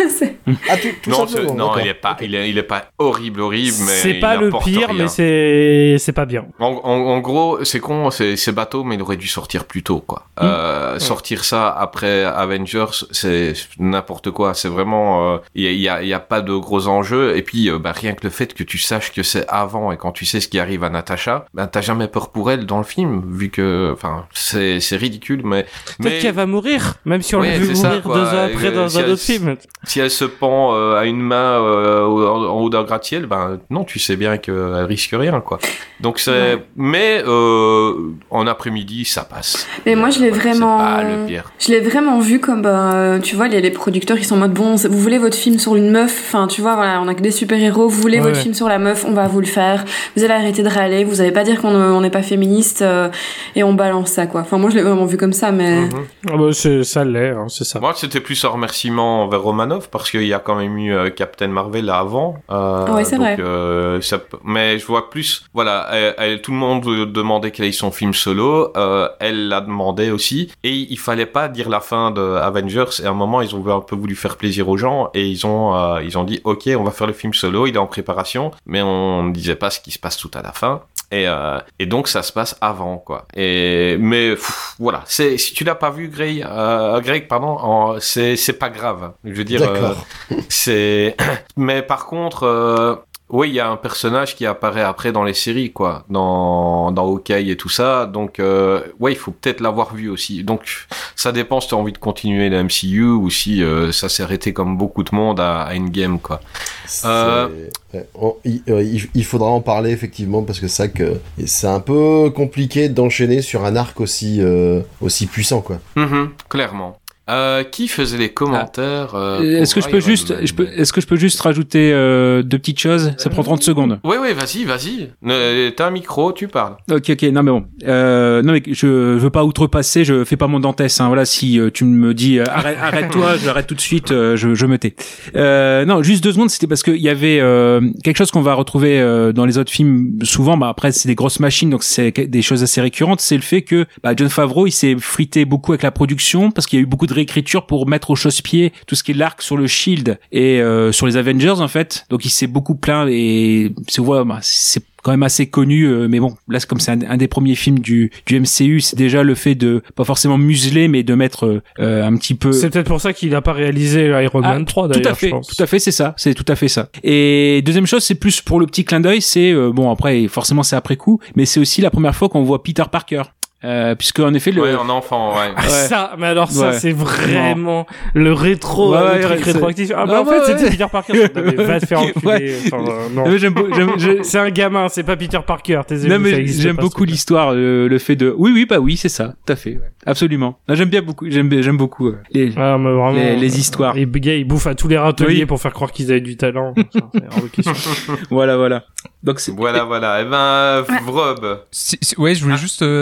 Ah, tout, tout non, simplement, non, il est pas, il est, il est pas horrible, horrible, mais c'est pas le pire, rien. mais c'est, c'est pas bien. En, en, en gros, c'est con, c'est, c'est bateau, mais il aurait dû sortir plus tôt, quoi. Mmh. Euh, ouais. Sortir ça après Avengers, c'est n'importe quoi. C'est vraiment, il euh, y, y a, il y a pas de gros enjeux. Et puis, euh, bah, rien que le fait que tu saches que c'est avant et quand tu sais ce qui arrive à Natasha, bah, t'as jamais peur pour elle dans le film, vu que, enfin, c'est, c'est ridicule, mais. Peut-être mais... qu'elle va mourir, même si on ouais, l'a vu mourir ça, deux ans après euh, dans si un elle, autre film. Si elle se pend euh, à une main euh, en haut d'un gratte-ciel, ben non, tu sais bien qu'elle risque rien, quoi. Donc c'est, ouais. mais euh, en après-midi, ça passe. Mais moi, je l'ai voilà, vraiment, c'est pas le pire. Je l'ai vraiment vu comme, euh, tu vois, les, les producteurs, ils sont en mode bon, vous voulez votre film sur une meuf, enfin, tu vois, voilà, on a que des super-héros, vous voulez ouais, votre ouais. film sur la meuf, on va vous le faire. Vous allez arrêter de râler, vous allez pas dire qu'on n'est pas féministe euh, et on balance ça, quoi. Enfin, moi, je l'ai vraiment vu comme ça, mais. Mm-hmm. Ah bah, c'est, ça l'est, hein, c'est ça. Moi, c'était plus un remerciement envers Romanoff parce qu'il y a quand même eu euh, Captain Marvel avant. Euh, ouais, c'est donc, vrai. Euh, ça, mais je vois plus, voilà, elle, elle, tout le monde demandait qu'elle ait son film solo, euh, elle l'a demandé aussi, et il fallait pas dire la fin de Avengers, et à un moment, ils ont un peu voulu faire plaisir aux gens, et ils ont, euh, ils ont dit, ok, on va faire le film solo, il est en préparation, mais on ne disait pas ce qui se passe tout à la fin. Et, euh, et donc ça se passe avant, quoi. Et mais pff, voilà, c'est si tu l'as pas vu, Greg, euh, Greg, pardon, en, c'est c'est pas grave. Je veux dire, euh, c'est. Mais par contre. Euh, Oui, il y a un personnage qui apparaît après dans les séries, quoi, dans dans Hawkeye et tout ça. Donc, euh, ouais, il faut peut-être l'avoir vu aussi. Donc, ça dépend si tu as envie de continuer le M C U ou si euh, ça s'est arrêté comme beaucoup de monde à, à Endgame, quoi. Euh... On, il, il faudra en parler effectivement parce que c'est vrai que c'est un peu compliqué d'enchaîner sur un arc aussi euh, aussi puissant, quoi. Mm-hmm, clairement. Euh, qui faisait les commentaires euh, Est-ce que je peux juste, je peux, est-ce que je peux juste rajouter euh, deux petites choses? Ça prend trente secondes. Oui, oui, vas-y, vas-y. Euh, t'as un micro, tu parles. Ok, ok. Non, mais bon. Euh, non, mais je veux pas outrepasser. Je fais pas mon Dantès. Hein. Voilà, si euh, tu me dis euh, arrête, arrête-toi, je l'arrête tout de suite. Euh, je, je me tais. Euh, non, juste deux secondes. C'était parce que il y avait euh, quelque chose qu'on va retrouver euh, dans les autres films souvent. Bah après, c'est des grosses machines, donc c'est des choses assez récurrentes. C'est le fait que bah, Jon Favreau, il s'est frité beaucoup avec la production parce qu'il y a eu beaucoup de écriture pour mettre au chausse-pied tout ce qui est l'arc sur le Shield et euh, sur les Avengers en fait. Donc il s'est beaucoup plaint et c'est ouais, bah, c'est quand même assez connu, euh, mais bon, là c'est comme c'est un, un des premiers films du du M C U, c'est déjà le fait de pas forcément museler, mais de mettre euh, un petit peu. C'est peut-être pour ça qu'il a pas réalisé Iron Man ah, trois d'ailleurs. Tout à fait, je pense. tout à fait, c'est ça, c'est tout à fait ça. Et deuxième chose, c'est plus pour le petit clin d'œil, c'est euh, bon après forcément c'est après coup, mais c'est aussi la première fois qu'on voit Peter Parker. Euh, puisque en effet le ouais en enfant ouais, ah, ouais. ça mais alors ça ouais. c'est vraiment non. le rétro ouais, le truc ouais, rétroactif ah bah non, en fait ouais. c'était Peter Parker va te faire enculer ouais. enfin, euh, non mais j'aime, j'aime, j'aime... c'est un gamin c'est pas Peter Parker t'es non mais j'aime beaucoup l'histoire le, le fait de oui oui bah oui c'est ça tout à fait ouais. Absolument non, j'aime bien beaucoup j'aime j'aime beaucoup euh, les, ah, mais vraiment, les les histoires les gars ils bouffent à tous les râteliers oui. pour faire croire qu'ils avaient du talent ça, c'est hors de question. Voilà voilà donc c'est voilà voilà et ben Vrob si, si, ouais je voulais juste euh, c'était pour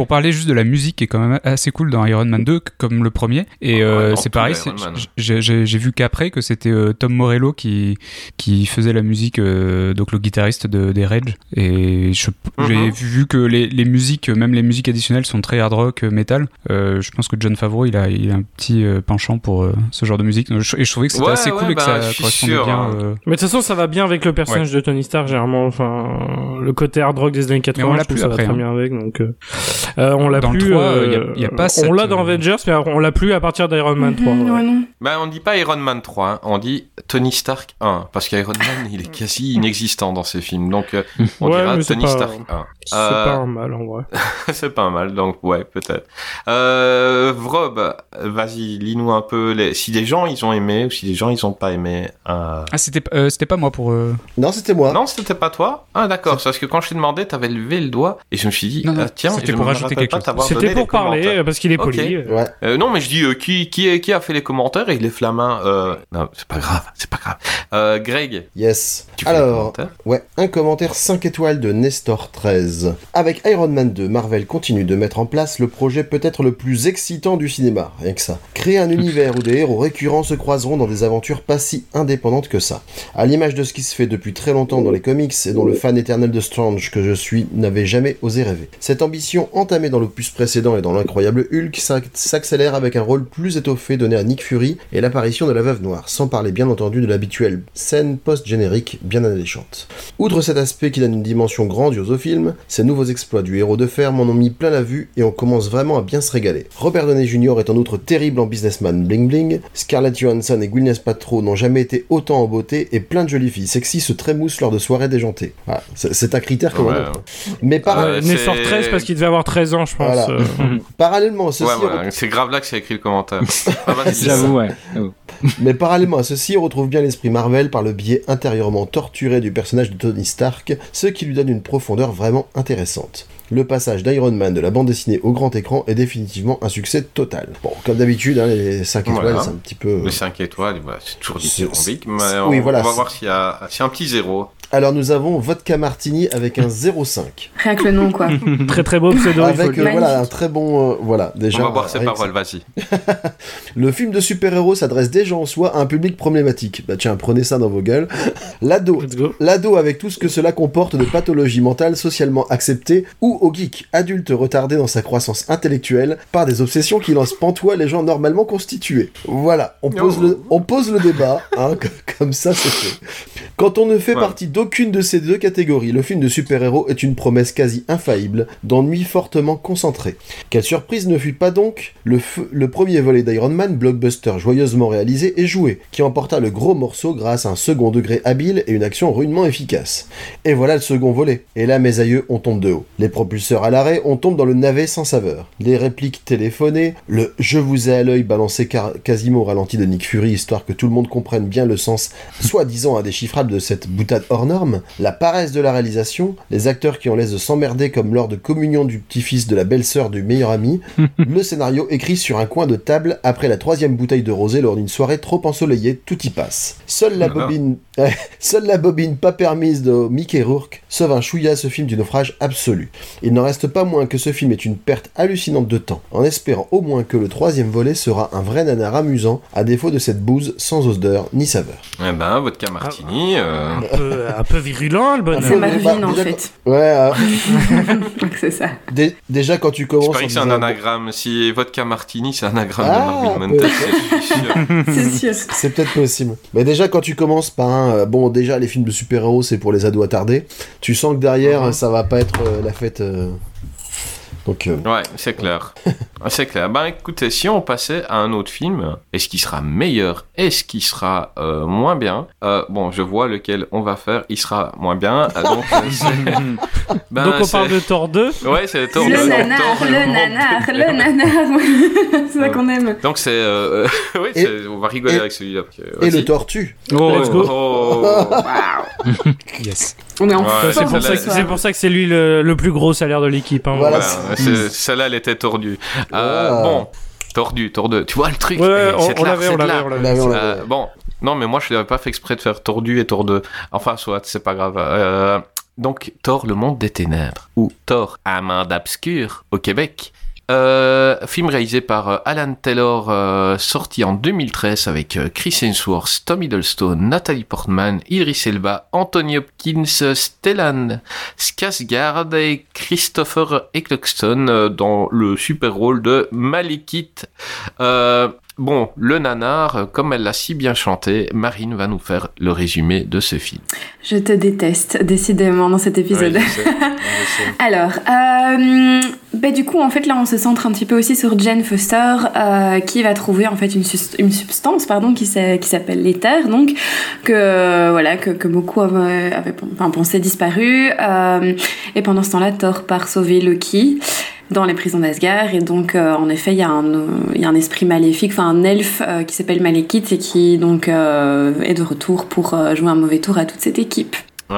pour parler juste de la musique qui est quand même assez cool dans Iron Man deux, comme le premier. Et euh, Ouais, c'est pareil, c'est, j'ai, j'ai, j'ai vu qu'après que c'était euh, Tom Morello qui, qui faisait la musique, euh, donc le guitariste de, des Rage. Et je, mm-hmm. j'ai vu que les, les musiques, même les musiques additionnelles, sont très hard rock, metal. Euh, je pense que Jon Favreau, il a, il a un petit euh, penchant pour euh, ce genre de musique. Et je trouvais que c'était ouais, assez cool ouais, et que bah, ça correspondait sûr, bien. hein. Euh... Mais de toute façon, ça va bien avec le personnage ouais. de Tony Stark, généralement. Enfin, le côté hard rock des années quatre-vingts, on l'a je trouve plus ça après, va très hein. bien avec. Donc, euh, euh, on l'a dans plus. Le trois, euh, y a, y a pas on cette, l'a dans euh... Avengers, mais on l'a plus à partir d'Iron Man trois. Mmh, ouais. ouais, non. Bah, on dit pas Iron Man trois, hein. On dit Tony Stark un, parce qu'Iron Man, il est quasi inexistant dans ces films. Donc, euh, on ouais, dira Tony pas... Stark un. C'est euh... pas un mal, en vrai. C'est pas un mal, donc ouais, peut-être. Euh, Vrob, vas-y, lis-nous un peu les... si les gens, ils ont aimé ou si les gens, ils ont pas aimé. Euh... Ah, c'était, euh, c'était pas moi pour... Euh... Non, c'était moi. Non, c'était pas toi. Ah, d'accord, c'est parce que quand je t'ai demandé, t'avais levé le doigt et je me suis dit, non, non, ah, tiens, c'était je pour me rajouter rappelle quelque pas chose. t'avoir C'était donné pour les parler, commentaires. parce qu'il est poli. Okay. Ouais. Euh, non, mais je dis, euh, qui, qui, qui a fait les commentaires et il lève la main. Euh... Non, c'est pas grave, c'est pas grave. Euh, Greg. Yes. Tu fais Alors, ouais, un commentaire cinq étoiles de Nestor treize. Avec Iron Man deux, Marvel continue de mettre en place le projet peut-être le plus excitant du cinéma, rien que ça. Créer un univers où des héros récurrents se croiseront dans des aventures pas si indépendantes que ça. À l'image de ce qui se fait depuis très longtemps dans les comics et dont le fan éternel de Strange que je suis n'avait jamais osé rêver. Cette ambition entamée dans l'opus précédent et dans l'incroyable Hulk s'accélère avec un rôle plus étoffé donné à Nick Fury et l'apparition de la Veuve Noire, sans parler bien entendu de l'habituelle scène post-générique bien alléchante. Outre cet aspect qui donne une dimension grandiose au film, ces nouveaux exploits du héros de fer m'en ont mis plein la vue et on commence vraiment à bien se régaler. Robert Downey junior est en outre terrible en businessman bling bling, Scarlett Johansson et Gwyneth Paltrow n'ont jamais été autant en beauté et plein de jolies filles sexy se trémoussent lors de soirées déjantées. Voilà, c'est, c'est un critère comme ouais. un autre. Mais par... Euh, né sort treize parce qu'il devait avoir treize ans, je pense. Voilà. Euh... Parallèlement à ceci... Ouais, voilà. On... C'est grave là que c'est écrit le commentaire. Ah, bah, J'avoue, ouais. Mais parallèlement à ceci, on retrouve bien l'esprit Marvel par le biais intérieurement torturé du personnage de Tony Stark, ce qui lui donne une profondeur vraiment intéressante. Le passage d'Iron Man de la bande dessinée au grand écran est définitivement un succès total. Bon, comme d'habitude, hein, les cinq étoiles, voilà. C'est un petit peu... Les cinq étoiles, voilà, c'est toujours dithyrambique, mais oui, on, voilà, on va c'est... voir s'il y a, s'il y a un petit zéro. Alors nous avons Vodka Martini avec un zéro virgule cinq. Rien que le nom, quoi. Très très beau pseudo. Avec euh, voilà, un très bon... Euh, voilà, déjà... On va voir ses paroles, vas-y. Le film de super-héros s'adresse déjà en soi à un public problématique. Bah tiens, prenez ça dans vos gueules. L'ado, l'ado avec tout ce que cela comporte de pathologie mentale socialement acceptée, ou au geek, adulte retardé dans sa croissance intellectuelle par des obsessions qui lancent pantois les gens normalement constitués. Voilà, on pose, oh. le, on pose le débat, hein, comme ça c'est fait. Quand on ne fait ouais. partie d'aucune de ces deux catégories, le film de super-héros est une promesse quasi infaillible, d'ennui fortement concentré. Quelle surprise ne fut pas donc le, f- le premier volet d'Iron Man, blockbuster joyeusement réalisé et joué, qui emporta le gros morceau grâce à un second degré habile et une action rudement efficace. Et voilà le second volet. Et là, mes aïeux, on tombe de haut. Les propulseurs à l'arrêt, on tombe dans le navet sans saveur. Les répliques téléphonées, le « je vous ai à l'œil » balancé car- quasiment au ralenti de Nick Fury, histoire que tout le monde comprenne bien le sens soi-disant indéchiffrable de cette boutade hors norme, la paresse de la réalisation, les acteurs qui en laissent de s'emmerder comme lors de communion du petit-fils de la belle-sœur du meilleur ami, le scénario écrit sur un coin de table après la troisième bouteille de rosé lors d'une soirée trop ensoleillée, tout y passe. Seule la bobine, seule la bobine pas permise de Mickey Rourke sauve un chouïa ce film du naufrage absolu. Il n'en reste pas moins que ce film est une perte hallucinante de temps, en espérant au moins que le troisième volet sera un vrai nanar amusant, à défaut de cette bouse sans odeur ni saveur. Eh ben, vodka martini... Ah, euh... un, peu, un peu virulent, le bonhomme. C'est Marvin, bah, en déjà, fait. Ouais, euh... c'est ça. Dé- déjà, quand tu commences... Je parie que c'est un anagramme. Si vodka martini, c'est un anagramme ah, de Marvin Montes, je suis sûr. C'est sûr. C'est peut-être possible. Mais déjà, quand tu commences par un... Euh, bon, déjà, les films de super-héros, c'est pour les ados attardés. Tu sens que derrière, mm-hmm. ça va pas être euh, la fête... Euh... Donc, euh... ouais, c'est clair. C'est clair. Ben écoutez, si on passait à un autre film, est-ce qu'il sera meilleur? Est-ce qu'il sera euh, moins bien? euh, Bon, je vois lequel on va faire. Il sera moins bien. Donc, euh, ben, donc on c'est... parle de Thor deux. Ouais, c'est Thor deux. Le nanar, Thor, le, le nanar, le nanar. C'est ça qu'on aime. Donc c'est... Euh, oui, et, c'est... on va rigoler et, avec celui-là. Et le tortue. Oh, let's go. Oh, wow. Yes. On est en ouais, c'est, pour ça que, c'est pour ça que c'est lui le, le plus gros salaire de l'équipe. Hein, voilà. voilà c'est, celle-là, elle était tordue. Euh, wow. Bon, tordue, tordue. Tu vois le truc? Ouais, on, on, l'avait, on, l'avait, on l'avait, on l'avait. Euh, bon, non, mais moi, je n'avais pas fait exprès de faire tordu et tordeux. Enfin, soit, c'est pas grave. Euh, donc Thor, le monde des ténèbres, ou Thor, Amande obscure au Québec. Euh, film réalisé par euh, Alan Taylor, euh, sorti en deux mille treize avec euh, Chris Hemsworth, Tom Hiddleston, Natalie Portman, Idris Elba, Anthony Hopkins, Stellan Skarsgård et Christopher Eccleston euh, dans le super rôle de Malekith. Euh, Bon, le nanar, comme elle l'a si bien chanté, Marine va nous faire le résumé de ce film. Je te déteste, décidément, dans cet épisode. Oui, je sais, je sais. Alors, euh, bah, du coup, en fait, là, on se centre un petit peu aussi sur Jane Foster, euh, qui va trouver, en fait, une, sus- une substance, pardon, qui, s'a- qui s'appelle l'éther, donc, que, euh, voilà, que, que beaucoup avaient, avaient enfin, pensé disparu. Euh, et pendant ce temps-là, Thor part sauver Loki dans les prisons d'Asgard, et donc euh, en effet il y a un euh, il y a un esprit maléfique, enfin un elfe euh, qui s'appelle Malekith et qui donc euh, est de retour pour euh, jouer un mauvais tour à toute cette équipe.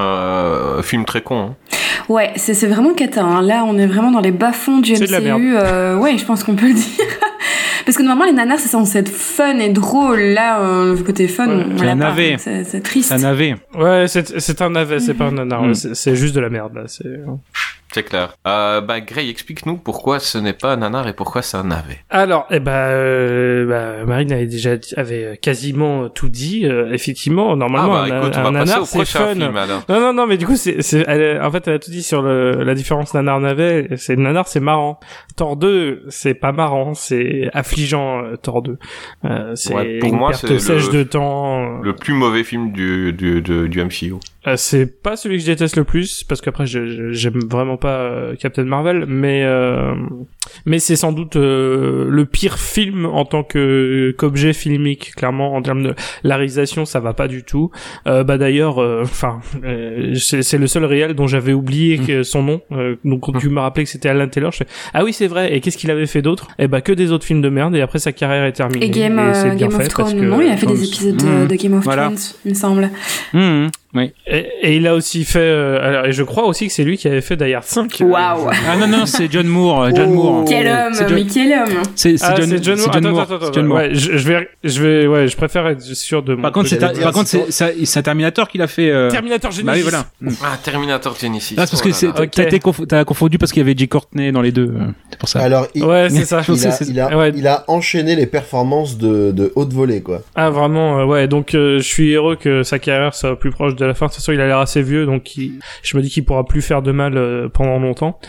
Euh, film très con. Hein. Ouais, c'est c'est vraiment cata. Hein. Là, on est vraiment dans les bas-fonds du c'est M C U. Euh, ouais, je pense qu'on peut le dire. Parce que normalement les nanars c'est censé être fun et drôle. Là, euh, le côté fun, ouais, on c'est l'a un pas. navet. C'est, c'est triste. C'est un navet. Ouais, c'est, c'est un navet, c'est Mm-hmm. pas un nanar. Mm. C'est, c'est juste de la merde là. C'est... C'est clair. Euh, bah, Grey, explique-nous pourquoi ce n'est pas un nanar et pourquoi c'est un navet. Alors, eh ben, euh, bah, Marine avait déjà dit- avait quasiment tout dit. Euh, effectivement, normalement, ah bah un, écoute, on un va passer nanar au c'est prochain fun. film alors. Non, non, non, mais du coup, c'est, c'est, elle, en fait, elle a tout dit sur le, la différence nanar-navet. C'est nanar, c'est marrant. Thor deux, c'est pas marrant, c'est affligeant. euh, Thor deux, euh, c'est Ouais, pour une moi, perte c'est sèche le- de temps. Le plus mauvais film du, du, du, du M C U. Euh, c'est pas celui que je déteste le plus parce qu'après je, je- j'aime vraiment pas euh, Captain Marvel, mais euh, mais c'est sans doute euh, le pire film en tant que qu'objet filmique. Clairement, en termes de la réalisation, ça va pas du tout. Euh, bah d'ailleurs, enfin, euh, c'est, c'est le seul réel dont j'avais oublié que son nom. Euh, donc quand tu m'as rappelé que c'était Alan Taylor, je fais ah oui c'est vrai. Et qu'est-ce qu'il avait fait d'autre? Eh bah que des autres films de merde. Et après sa carrière est terminée. Et Game, Et c'est euh, bien Game fait of parce Thrones, que- non, il a fait des Thrones. épisodes Mmh. de, de Game of Voilà. Thrones, il me semble. Mmh, oui. Et, et il a aussi fait, euh, alors, et je crois aussi que c'est lui qui avait fait Die Hard cinq. Waouh. Ah non, non, c'est John Moore. euh, John Oh. Moore. Quel homme, C'est John- mais quel homme. C'est, c'est Ah, John, c'est John Moore. c'est John Attends, Moore. attends, attends, C'est John Moore. ouais, je, je vais, je vais, ouais, je préfère être sûr de. Par contre, c'est, J'allais un- dire, par contre, c'est c'est, ça- c'est un Terminator qu'il a fait. euh... Terminator Genesis. Bah oui, voilà. Ah, Terminator Genesis. Non, c'est parce Oh que là c'est, là. t'as, Ok. t'as été conf- t'as confondu parce qu'il y avait Jay Courtney dans les deux. euh, C'est pour ça. Alors, il, Ouais, c'est ça. Je il, sais, a, c'est- il, a, ouais. il a enchaîné les performances de, de haute volée, quoi. Ah vraiment, euh, ouais. Donc euh, je suis heureux que sa carrière soit plus proche de la fin. De toute façon, il a l'air assez vieux, donc il- je me dis qu'il pourra plus faire de mal euh, pendant longtemps.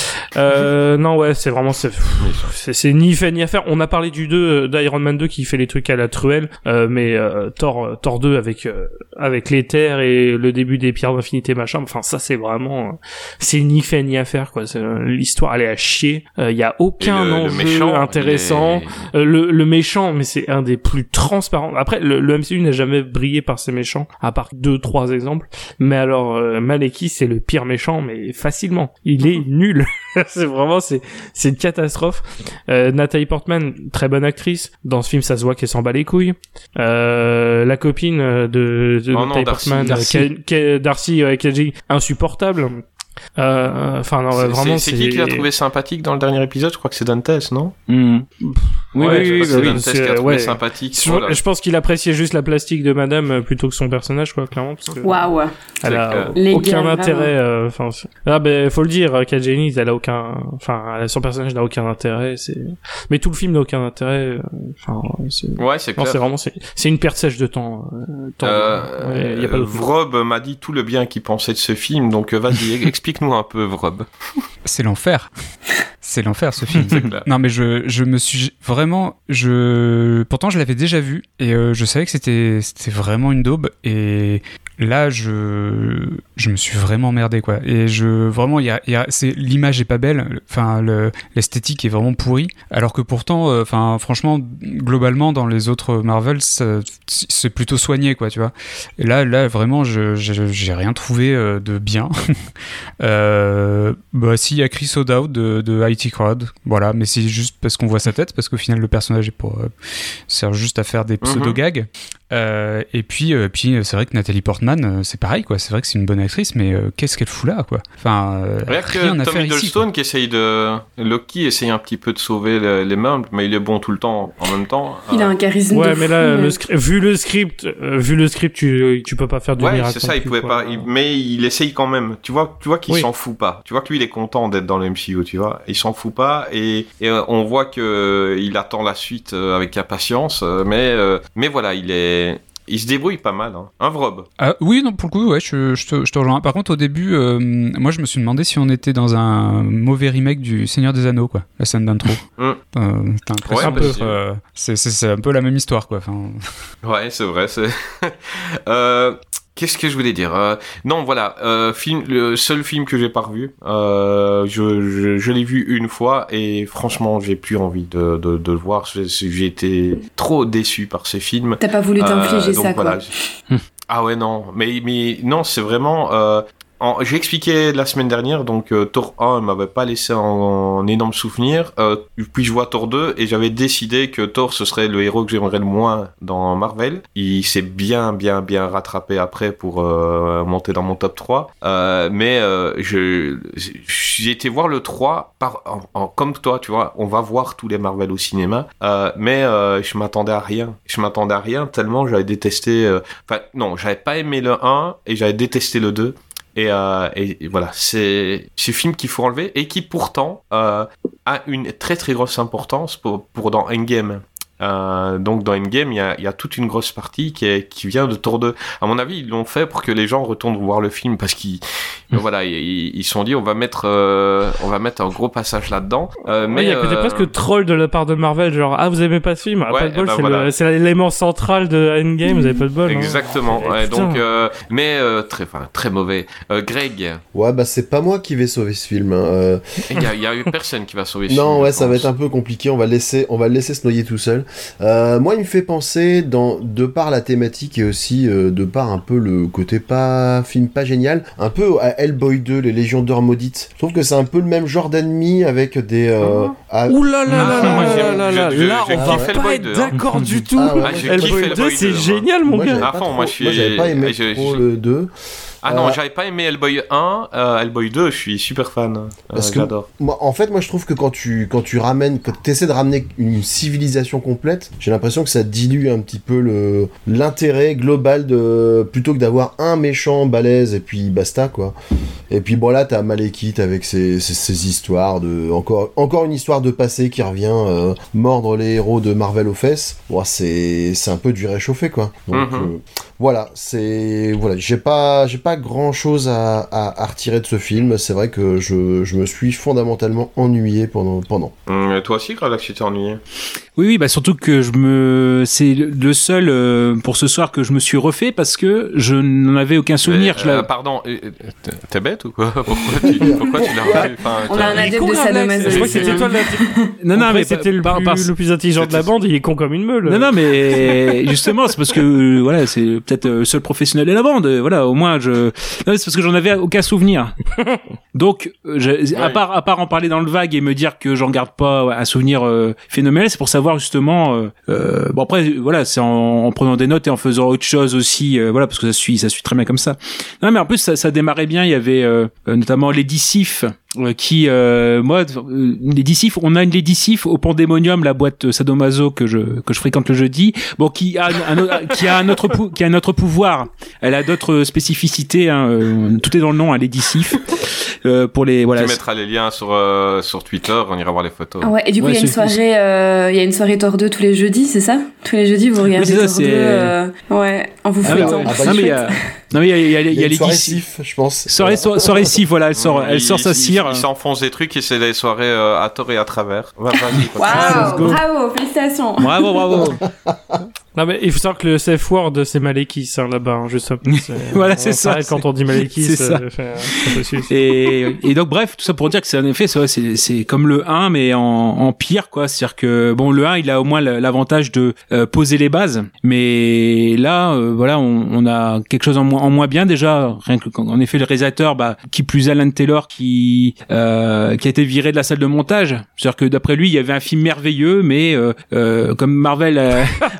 Euh, non, ouais, c'est vraiment c'est, c'est, c'est ni fait ni à faire. On a parlé du deux, euh, d'Iron Man deux qui fait les trucs à la truelle, euh, mais euh, Thor, euh, Thor deux avec euh, avec l'éther et le début des pierres d'infinité machin. Enfin, ça c'est vraiment, euh, c'est ni fait ni à faire quoi. C'est, euh, l'histoire elle est à chier. Il euh, y a aucun Et le- le enjeu méchant, intéressant. il est- Euh, le, le méchant, mais c'est un des plus transparents. Après, le, le M C U n'a jamais brillé par ses méchants, à part deux, trois exemples. Mais alors, euh, Malekith, c'est le pire méchant, mais facilement. Il est nul. c'est vraiment, c'est, c'est une catastrophe. Euh, Nathalie Portman, très bonne actrice. Dans ce film, ça se voit qu'elle s'en bat les couilles. Euh, la copine de, de Oh non, Nathalie Darcy, Portman, Darcy. euh, Ka- Ka- Darcy, ouais, K J, insupportable. Euh, enfin, non, ouais, C'est- vraiment, c'est, c'est qui qui l'a trouvé sympathique dans le dernier épisode? Je crois que c'est Dantes, non? Mmh. Oui, Ouais, oui, je oui, crois que bah c'est oui. Dantes c'est- qui a trouvé ouais. sympathique. Je, Oh là. je pense qu'il appréciait juste la plastique de madame euh, plutôt que son personnage, quoi, clairement, parce que Waouh. elle C'est a clair. Les aucun gars, intérêt, euh, enfin, c'est- ah, ben, faut le dire, Kat Dennings, elle a aucun, enfin, elle a- son personnage n'a aucun intérêt, c'est, mais tout le film n'a aucun intérêt, euh, enfin, c'est, Ouais, c'est non, clair. c'est vraiment, c'est, c'est une perte sèche de temps, euh, temps Euh, ouais, y a pas d'autre mot. Vrob m'a dit tout le bien qu'il pensait de ce film, donc euh, vas-y, explique-nous un peu, Vrob. C'est l'enfer. C'est l'enfer ce film. C'est clair. Non mais je, je me suis vraiment je pourtant je l'avais déjà vu et euh, je savais que c'était c'était vraiment une daube et là je je me suis vraiment emmerdé quoi et je vraiment il y a, il y a c'est l'image est pas belle, enfin le, l'esthétique est vraiment pourrie alors que pourtant euh, enfin franchement globalement dans les autres Marvel ça, c'est plutôt soigné quoi tu vois et là là vraiment je, je j'ai rien trouvé euh, de bien. euh, bah si il y a Chris O'Dowd de, de I T Crowd voilà mais c'est juste parce qu'on voit sa tête parce qu'au final le personnage est pour euh, sert juste à faire des pseudo gags. Euh, et puis, euh, puis c'est vrai que Nathalie Portman, euh, c'est pareil, quoi. C'est vrai que c'est une bonne actrice, mais euh, qu'est-ce qu'elle fout là, quoi. Enfin, euh, rien rien que à Tom faire Hiddleston ici, qui essaye de Loki essaye un petit peu de sauver les, les meubles, mais il est bon tout le temps en même temps. Il a un charisme. Ouais, de mais fou, là, mais... le script, vu le script, euh, vu le script, tu, tu peux pas faire du ouais, miracle. c'est ça, il plus, pouvait quoi. pas. Il, mais il essaye quand même. Tu vois, tu vois qu'il Oui. s'en fout pas. Tu vois que lui, il est content d'être dans le M C U. Tu vois, il s'en fout pas et, et euh, on voit que euh, il attend la suite euh, avec impatience. Euh, mais euh, mais voilà, il est. Il se débrouille pas mal, hein. Un Vrob. Ah, oui, non, pour le coup, ouais, je, je, te, je te rejoins. Par contre, au début, euh, moi, je me suis demandé si on était dans un mauvais remake du Seigneur des Anneaux, quoi. La scène d'intro. Mm. euh, t'as l'impression Ouais, un peu, euh, c'est, c'est, c'est un peu la même histoire, quoi. Enfin... Ouais, c'est vrai. C'est... euh, qu'est-ce que je voulais dire euh, Non, voilà. Euh, film, le seul film que j'ai pas revu. Euh, je, je, je l'ai vu une fois et franchement, j'ai plus envie de, de, de le voir. J'ai, j'ai été trop déçu par ces films. T'as pas voulu t'infliger Euh, donc ça, voilà. quoi. Ah ouais, non. Mais, mais non, c'est vraiment... Euh, en, j'ai expliqué la semaine dernière, donc euh, Thor un m'avait pas laissé en, en énorme souvenir. Euh, puis je vois Thor deux et j'avais décidé que Thor ce serait le héros que j'aimerais le moins dans Marvel. Il s'est bien, bien, bien rattrapé après pour euh, monter dans mon top trois. Euh, mais euh, je, j'ai été voir le trois par, en, en, comme toi, tu vois. On va voir tous les Marvel au cinéma. Euh, mais euh, je m'attendais à rien. Je m'attendais à rien tellement j'avais détesté... Enfin, euh, non, j'avais pas aimé le un et j'avais détesté le deux. Et, euh, et, et voilà, c'est ce film qu'il faut enlever et qui pourtant euh, a une très très grosse importance pour, pour dans Endgame. Euh, donc dans Endgame, il y a, y a toute une grosse partie qui, est, qui vient de Thor deux. À mon avis, ils l'ont fait pour que les gens retournent voir le film parce qu'ils mmh. voilà, ils se sont dit on va mettre euh, on va mettre un gros passage là-dedans. Euh, mais il ouais, y a peut-être euh... presque troll de la part de Marvel, genre ah vous aimez pas ce film, ah, ouais, pas de bol, bah c'est, voilà. le, c'est l'élément central de Endgame, vous avez pas de bol. Exactement. Hein. Ouais, donc euh, mais euh, très enfin très mauvais. Euh, Greg. Ouais bah c'est pas moi qui vais sauver ce film. Il hein. euh... y, y a eu personne qui va sauver ce non, film. Non ouais ça va être un peu compliqué. On va laisser on va le laisser se noyer tout seul. Euh, Moi, il me fait penser, dans, de par la thématique et aussi euh, de par un peu le côté pas film pas génial, un peu à Hellboy deux, les Légions d'Or maudites. Je trouve que c'est un peu le même genre d'ennemi avec des... Euh, à... Ouh là là là là là là là, on va pas être d'accord du tout. Ah, ouais, Hellboy deux, c'est génial, mon gars. Moi, j'avais pas aimé trop le deux. Ah non, euh... j'avais pas aimé Hellboy un, euh, Hellboy deux, je suis super fan. Euh, Parce que j'adore. Moi, en fait, moi je trouve que quand tu, quand tu ramènes, quand tu essaies de ramener une civilisation complète, j'ai l'impression que ça dilue un petit peu le, l'intérêt global de. Plutôt que d'avoir un méchant balèze et puis basta, quoi. Et puis bon, là, t'as Malekith avec ses, ses, ses histoires de. Encore, encore une histoire de passé qui revient euh, mordre les héros de Marvel aux fesses. Bon, c'est, c'est un peu du réchauffé, quoi. Donc, mm-hmm. euh, voilà, c'est. Voilà, j'ai pas, j'ai pas grand chose à, à, à retirer de ce film. C'est vrai que je, je me suis fondamentalement ennuyé pendant. pendant. Mmh, toi aussi, Gralax, tu t'es ennuyé? Oui, oui, bah surtout que je me, c'est le seul euh, pour ce soir que je me suis refait parce que je n'en avais aucun souvenir. Mais, euh, pardon, t'es bête ou quoi? Pourquoi tu, pourquoi tu l'as refait? Enfin, on a un adepte de sadomaso. Je crois que c'était toi le. Non, non, mais c'était le, plus, par... le plus intelligent de la bande. Il est con comme une meule. Non, non, mais justement, c'est parce que euh, voilà, c'est peut-être le seul professionnel de la bande. Voilà, au moins je. Non, c'est parce que j'en avais aucun souvenir. Donc, je, ouais. à part à part en parler dans le vague et me dire que j'en garde pas ouais, un souvenir euh, phénoménal, c'est pour savoir justement euh, euh, bon après voilà c'est en, en prenant des notes et en faisant autre chose aussi euh, voilà parce que ça suit ça suit très bien comme ça. Non mais en plus ça, ça démarrait bien, il y avait euh, notamment Lady Sif euh, qui euh, moi euh, Lady Sif, on a une Lady Sif au Pandemonium, la boîte sadomaso que je que je fréquente le jeudi, bon qui a un, un qui a un autre pou, qui a un autre pouvoir, elle a d'autres spécificités hein, euh, tout est dans le nom hein, Lady Sif. Euh, pour les voilà. Tu mettras les liens sur euh, sur Twitter, on ira voir les photos. Ah ouais, et du coup il ouais, y a une soirée, il euh, y a une soirée Thor deux tous les jeudis, c'est ça? Tous les jeudis vous regardez oui, Thor deux, euh, ouais, en vous fouettant. Ah, bah, non mais il y a, non mais il y a, il y a, il y a, il y a les soirées Sif, je pense. Soirée soirée, soirée Sif, voilà, elle sort, elle sort sa cire. Il s'enfonce des trucs et c'est des soirées euh, à tort et à travers. Vas-y. Waouh, bravo, félicitations. Bravo, bravo. Non mais il faut savoir que le safe word c'est Malekith hein, là-bas hein, juste c'est, voilà c'est ça quand on dit Malekith c'est ça, ça. Fait, et, et donc bref tout ça pour dire que c'est en effet c'est, c'est, c'est comme le un mais en, en pire quoi, c'est-à-dire que bon le un il a au moins l'avantage de euh, poser les bases mais là euh, voilà on, on a quelque chose en moins, en moins bien déjà rien que en effet le réalisateur bah qui plus Alan Taylor qui euh, qui a été viré de la salle de montage, c'est-à-dire que d'après lui il y avait un film merveilleux mais euh, euh, comme Marvel a, Marvel a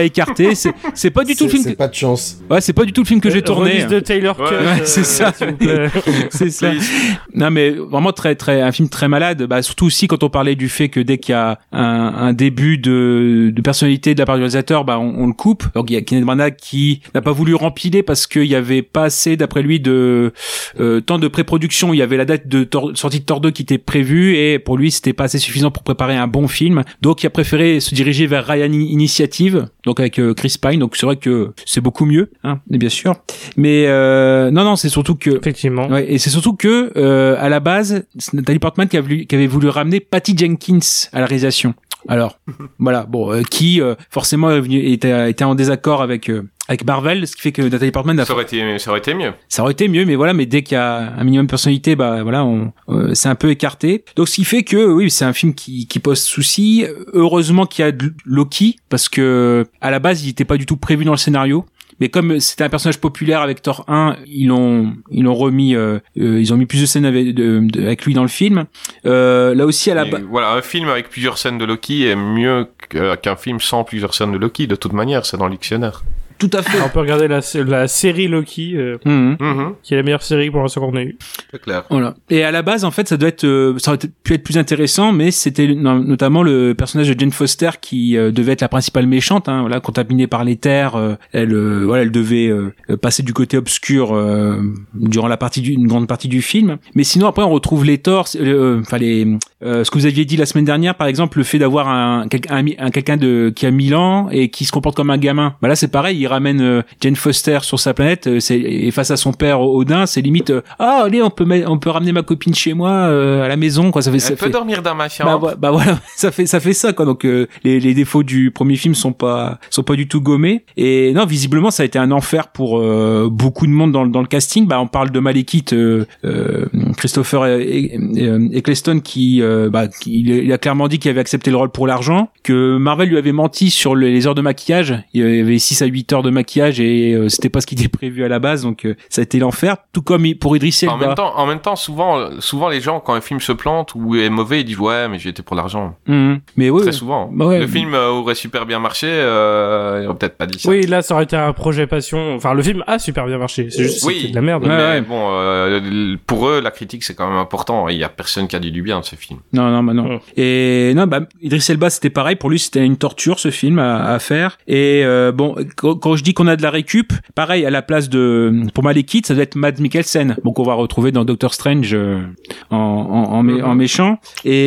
écarté. C'est, c'est pas du tout C'est, le film. c'est que... pas de chance. Ouais, c'est pas du tout le film que j'ai tourné. Release de Taylor Ouais, Cut, ouais, euh, c'est ça. s'il vous plaît. C'est ça. Non, mais vraiment très, très, un film très malade. Bah, surtout aussi quand on parlait du fait que dès qu'il y a un, un début de, de personnalité de la part du réalisateur, bah, on, on le coupe. Donc, il y a Kenneth Branagh qui n'a pas voulu rempiler parce qu'il y avait pas assez, d'après lui, de euh, temps de pré-production. Il y avait la date de tor- sortie de Thor deux qui était prévue et pour lui, c'était pas assez suffisant pour préparer un bon film. Donc, il a préféré se diriger vers Ryan Initiative, donc avec euh, Chris Pine. Donc, c'est vrai que c'est beaucoup mieux, hein, bien sûr. Mais euh, non, non, c'est surtout que Effectivement. ouais, et c'est surtout que euh, à la base, c'est Nathalie Portman qui, a voulu, qui avait voulu ramener Patty Jenkins à la réalisation. Alors, voilà, bon, euh, qui euh, forcément est venu, était, était en désaccord avec euh, avec Marvel, ce qui fait que Nathalie Portman a Ça aurait été, ça aurait été mieux. ça aurait été mieux, mais voilà, mais dès qu'il y a un minimum de personnalité, bah voilà, on, euh, c'est un peu écarté. Donc ce qui fait que oui, c'est un film qui, qui pose souci. Heureusement qu'il y a de Loki, parce que à la base, il était pas du tout prévu dans le scénario. Mais comme c'était un personnage populaire avec Thor un, ils l'ont ils l'ont remis, euh, euh, ils ont mis plus de scènes avec, de, de, avec lui dans le film. Euh, là aussi à la base. Voilà, un film avec plusieurs scènes de Loki est mieux qu'un film sans plusieurs scènes de Loki. De toute manière, c'est dans le dictionnaire. Tout à fait. On peut regarder la, la série Loki, euh, Mmh. Mm-hmm. qui est la meilleure série pour l'instant qu'on a eue. C'est clair. Voilà. Et à la base, en fait, ça doit être, euh, ça aurait pu être plus intéressant, mais c'était no- notamment le personnage de Jane Foster qui euh, devait être la principale méchante. Hein, voilà, contaminée par l'éther, euh, elle, euh, voilà, elle devait euh, passer du côté obscur euh, durant la partie du, une grande partie du film. Mais sinon, après, on retrouve les torts, euh, enfin les, euh, ce que vous aviez dit la semaine dernière, par exemple, le fait d'avoir un, un, un quelqu'un de qui a mille ans et qui se comporte comme un gamin. Bah là, c'est pareil, il ramène euh, Jane Foster sur sa planète, euh, c'est, et face à son père Odin, c'est limite, euh, ah allez, on peut mettre, on peut ramener ma copine chez moi euh, à la maison, quoi. Ça fait, Elle ça peut fait. dormir dans ma Bah, chambre. vo- bah voilà, ça fait ça fait ça quoi. Donc euh, les, les défauts du premier film sont pas sont pas du tout gommés. Et non, visiblement ça a été un enfer pour euh, beaucoup de monde dans, le- dans le casting. Bah on parle de Malekith, euh, euh, Christopher E- E- Eccleston qui, euh, bah, qui il a clairement dit qu'il avait accepté le rôle pour l'argent, que Marvel lui avait menti sur le- les heures de maquillage. Il y avait six à huit heures de maquillage et euh, c'était pas ce qui était prévu à la base. Donc euh, ça a été l'enfer. Tout comme il- pour Idris Elba. En même temps, en même temps, souvent, souvent les gens quand un film se plante ou est mauvais, ils disent ouais, mais j'y étais pour l'argent. Mhm. Mais oui, Très oui. souvent. Bah ouais. Le film euh, aurait super bien marché, euh, ils auraient peut-être pas dit ça. Oui, là, ça aurait été un projet passion. Enfin, le film a super bien marché. C'est juste Oui. c'était de la merde. Mais Ouais, ouais. bon, euh, pour eux, la critique c'est quand même important. Il y a personne qui a dit du bien de ce film. Non, non, bah non. Mm. Et non, bah Idris Elba, c'était pareil. Pour lui, c'était une torture ce film à, à faire. Et euh, bon, quand, quand je dis qu'on a de la récup, pareil à la place de pour Malekith, ça doit être Mads Mikkelsen. Donc on va retrouver dans Doctor Strange euh, en en, en, mé- en méchant.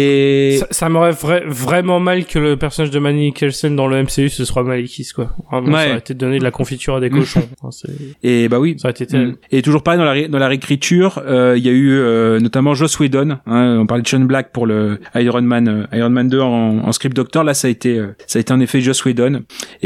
Et Ça, ça m'aurait vra- vraiment mal que le personnage de Manny Kelsen dans le M C U ce soit Malekith, quoi. Vraiment, Ouais. ça aurait été de donner de la confiture à des cochons. Enfin, c'est- et bah oui. ça aurait été terrible. Mm. Et toujours pareil dans la ré- dans la réécriture, euh, il y a eu euh, notamment Joss Whedon. Hein, on parlait de Sean Black pour le Iron Man, euh, Iron Man deux en, en script doctor. Là, ça a été euh, ça a été en effet Joss Whedon.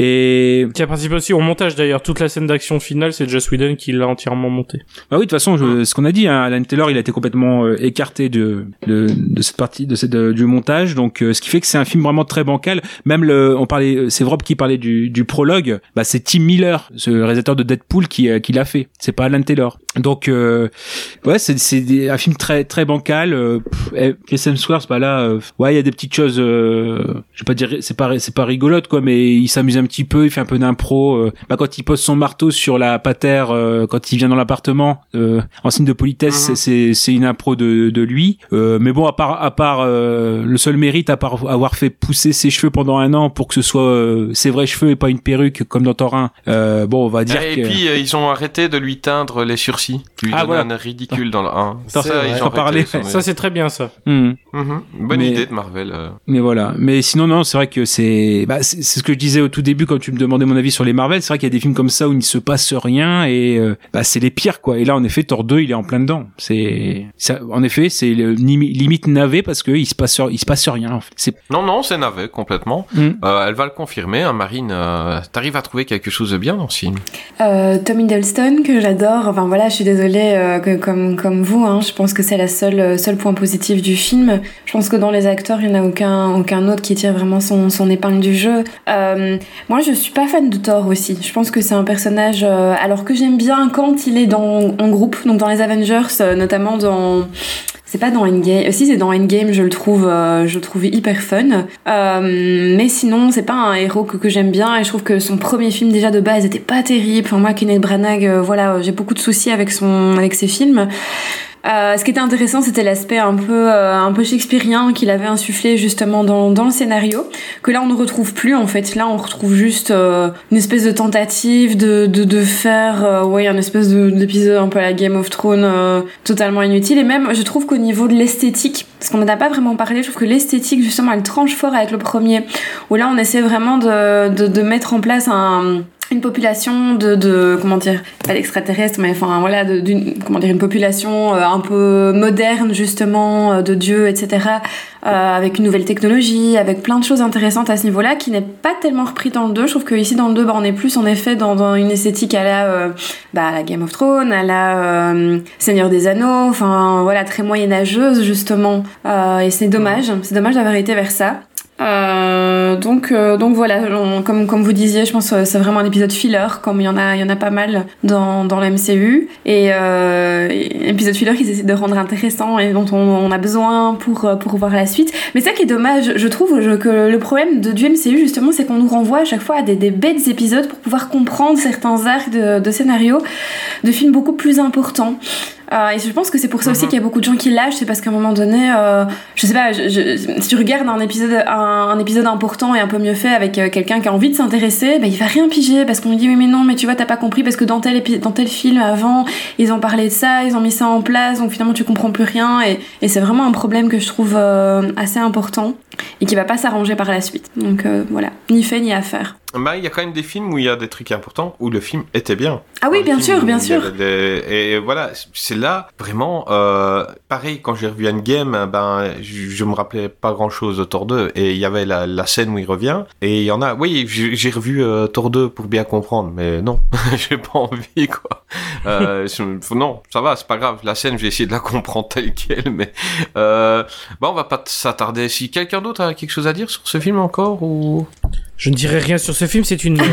Et Qui a participé aussi au montage d'ailleurs. Toute la scène d'action finale, c'est Joss Whedon qui l'a entièrement monté. bah oui, de toute façon, je, ce qu'on a dit, hein, Alan Taylor, il a été complètement euh, écarté de, de de cette partie de cette de- du montage. Donc, euh, ce qui fait que c'est un film vraiment très bancal. Même le, on parlait, euh, c'est Rob qui parlait du, du prologue. Bah, c'est Tim Miller, ce réalisateur de Deadpool, qui euh, qui l'a fait. C'est pas Alan Taylor. Donc, euh, ouais, c'est c'est des- un film très très bancal. Euh, pff, eh, Chris Hemsworth, bah là, euh, ouais, il y a des petites choses. Euh, je vais pas dire, c'est pas c'est pas rigolote quoi, mais il s'amuse un petit peu, il fait un peu d'impro. Euh, bah, quand il pose son marteau sur la patère, euh, quand il vient dans l'appartement, euh, en signe de politesse, Mhm. c'est c'est c'est une impro de de lui. Euh, mais bon, à part à part euh, le seul mérite, à part avoir fait pousser ses cheveux pendant un an pour que ce soit euh, ses vrais cheveux et pas une perruque comme dans Thor un. Euh, bon, on va dire Et que puis euh, ils ont arrêté de lui teindre les sursis. Lui Ah, donner voilà. un air ridicule dans le un. C'est Ça, vrai. ils Faut ont arrêté, parler. ça, mais- Ça, c'est très bien, ça. Hmm. Mhm. Bonne Mais- idée de Marvel. euh. Mais voilà. Mais sinon, non, c'est vrai que c'est, bah, c'est c'est ce que je disais au tout début quand tu me demandais mon avis sur les Marvel. C'est vrai qu'il y a des films comme ça où il ne se passe rien et euh, bah, c'est les pires, quoi. Et là, en effet, Thor deux, il est en plein dedans. C'est, ça, en effet, c'est le, limi- limite navet parce que il se passe, il se passe rien. En fait. C'est, Non, non, c'est navet complètement. Mm. Euh, elle va le confirmer. Hein, Marine, euh, t'arrives à trouver quelque chose de bien dans ce film. Euh, Tom Hiddleston que j'adore. Enfin voilà, je suis désolée euh, que comme comme vous, hein, je pense que c'est la seule seul point positif du film. Je pense que dans les acteurs, il n'y en a aucun aucun autre qui tire vraiment son son épingle du jeu. Euh, moi, je suis pas fan de Thor aussi. Je pense que c'est un personnage euh, alors que j'aime bien quand il est dans en groupe, donc dans les Avengers, euh, notamment dans c'est pas dans Endgame. Euh, si c'est dans Endgame, je le trouve, euh, je le trouve hyper fun. Euh, mais sinon, c'est pas un héros que, que j'aime bien et je trouve que son premier film déjà de base était pas terrible. Enfin, moi, Kenneth Branagh, euh, voilà, j'ai beaucoup de soucis avec son, avec ses films. Euh, ce qui était intéressant, c'était l'aspect un peu, euh, un peu shakespearien qu'il avait insufflé justement dans, dans le scénario, que là on ne retrouve plus en fait. Là on retrouve juste euh, une espèce de tentative de, de, de faire, euh, ouais, un espèce de, d'épisode un peu à la Game of Thrones euh, totalement inutile. Et même, je trouve qu'au niveau de l'esthétique, parce qu'on n'en a pas vraiment parlé, je trouve que l'esthétique justement elle tranche fort avec le premier, où là on essaie vraiment de, de, de mettre en place un une population de, de comment dire, pas d'extraterrestres, mais enfin voilà, de, d'une, comment dire, une population euh, un peu moderne justement, euh, de dieux, et cetera. Euh, avec une nouvelle technologie, avec plein de choses intéressantes à ce niveau-là, qui n'est pas tellement repris dans le deux. Je trouve que ici dans le deux, bah, on est plus en effet dans, dans une esthétique à la, euh, bah, à la Game of Thrones, à la euh, Seigneur des Anneaux, enfin voilà, très moyenâgeuse justement. Euh, et c'est dommage, c'est dommage d'avoir été vers ça. Euh, donc, euh, donc voilà, on, comme, comme vous disiez, je pense que c'est vraiment un épisode filler, comme il y en a, il y en a pas mal dans, dans le M C U. Et, euh, et épisode filler qu'ils essaient de rendre intéressant et dont on, on a besoin pour, pour voir la suite. Mais ça qui est dommage, je trouve je, que le problème de, du M C U, justement, c'est qu'on nous renvoie à chaque fois à des, des bêtes épisodes pour pouvoir comprendre certains arcs de, de scénario de films beaucoup plus importants. Euh, et je pense que c'est pour ça aussi qu'il y a beaucoup de gens qui lâchent, c'est parce qu'à un moment donné, euh, je sais pas, je, je, si tu regardes un épisode, un, un épisode important et un peu mieux fait avec euh, quelqu'un qui a envie de s'intéresser, bah, il va rien piger parce qu'on lui dit oui mais non, mais tu vois t'as pas compris parce que dans tel épi- dans tel film avant ils ont parlé de ça, ils ont mis ça en place, donc finalement tu comprends plus rien et, et c'est vraiment un problème que je trouve euh, assez important et qui va pas s'arranger par la suite. Donc euh, voilà, ni fait ni à faire. Bah, il y a quand même des films où il y a des trucs importants, où le film était bien. Ah oui, bien sûr, bien sûr. Des... Et voilà, c'est là, vraiment, euh, pareil, quand j'ai revu Endgame, ben, je, je me rappelais pas grand chose de Thor deux, et il y avait la, la scène où il revient, et il y en a, oui, j'ai, j'ai revu euh, Thor deux pour bien comprendre, mais non, j'ai pas envie, quoi. Euh, je, non, ça va, c'est pas grave, la scène, je vais essayer de la comprendre telle quelle, mais, euh, bon, on va pas s'attarder. Si quelqu'un d'autre a quelque chose à dire sur ce film encore, ou... Je ne dirai rien sur ce film, c'est une...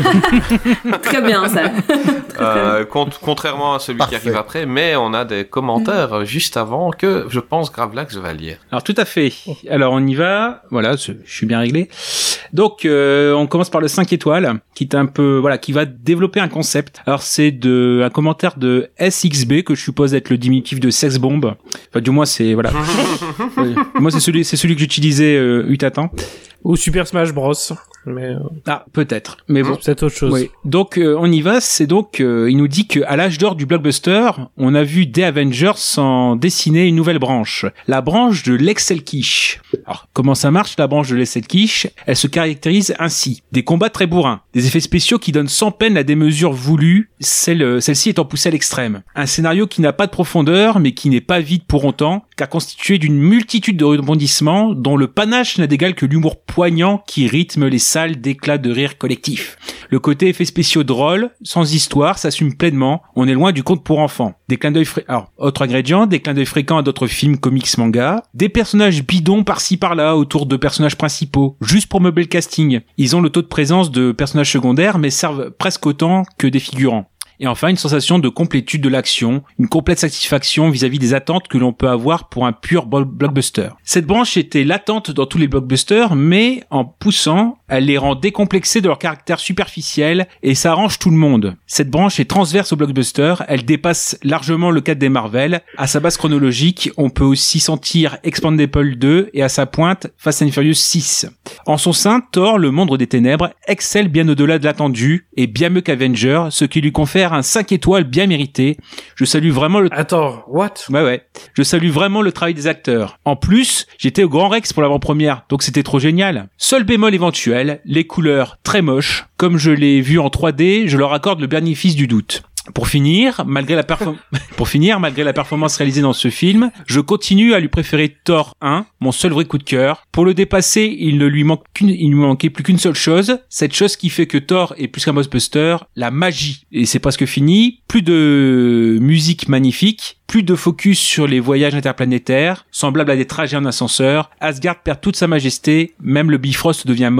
Très bien, ça. euh, con- contrairement à celui Parfait. Qui arrive après, mais on a des commentaires juste avant que je pense Gravelax va lire. Alors tout à fait. Alors on y va. Voilà, je suis bien réglé. Donc euh, on commence par le cinq étoiles, qui est un peu, voilà, qui va développer un concept. Alors c'est de un commentaire de S X B que je suppose être le diminutif de sex bomb. Enfin du moins c'est voilà. euh, moi c'est celui, c'est celui que j'utilisais euh, Utatan. Ou Super Smash Bros. Mais euh... ah peut-être, mais bon, c'est autre chose. Oui. Donc euh, on y va. C'est donc euh, il nous dit que à l'âge d'or du blockbuster, on a vu des Avengers en dessiner une nouvelle branche, la branche de l'Excelkish. Alors comment ça marche la branche de l'Excelkish? Elle se caractérise ainsi: des combats très bourrins, des effets spéciaux qui donnent sans peine la démesure voulue, celle celle-ci étant poussée à l'extrême, un scénario qui n'a pas de profondeur mais qui n'est pas vide pour autant, car constitué d'une multitude de rebondissements dont le panache n'a d'égal que l'humour poignant qui rythme les salles d'éclats de rire collectif. Le côté effets spéciaux drôles, sans histoire, s'assume pleinement. On est loin du conte pour enfants. Des clins d'œil fré... Alors, autre ingrédient, des clins d'œil fréquents à d'autres films, comics, mangas. Des personnages bidons par-ci par-là autour de personnages principaux, juste pour meubler le casting. Ils ont le taux de présence de personnages secondaires, mais servent presque autant que des figurants. Et enfin, une sensation de complétude de l'action, une complète satisfaction vis-à-vis des attentes que l'on peut avoir pour un pur blockbuster. Cette branche était latente dans tous les blockbusters, mais en poussant, elle les rend décomplexés de leur caractère superficiel et ça arrange tout le monde. Cette branche est transverse au blockbuster, elle dépasse largement le cadre des Marvel. À sa base chronologique, on peut aussi sentir Expandables deux et à sa pointe, Fast and Furious six. En son sein, Thor, le monde des ténèbres, excelle bien au-delà de l'attendu et bien mieux qu'Avengers, ce qui lui confère un cinq étoiles bien mérité. Je salue vraiment le... Attends, what? Ouais, ouais. Je salue vraiment le travail des acteurs. En plus, j'étais au Grand Rex pour l'avant-première, donc c'était trop génial. Seul bémol éventuel, les couleurs très moches. Comme je l'ai vu en trois D, je leur accorde le bénéfice du doute. Pour finir, malgré la perform... pour finir, malgré la performance réalisée dans ce film, je continue à lui préférer Thor un, mon seul vrai coup de cœur. Pour le dépasser, il ne lui manque qu'une, il ne lui manquait plus qu'une seule chose, cette chose qui fait que Thor est plus qu'un blockbuster, la magie. Et c'est presque fini, plus de musique magnifique, plus de focus sur les voyages interplanétaires, semblables à des trajets en ascenseur. Asgard perd toute sa majesté, même le Bifrost devient moche.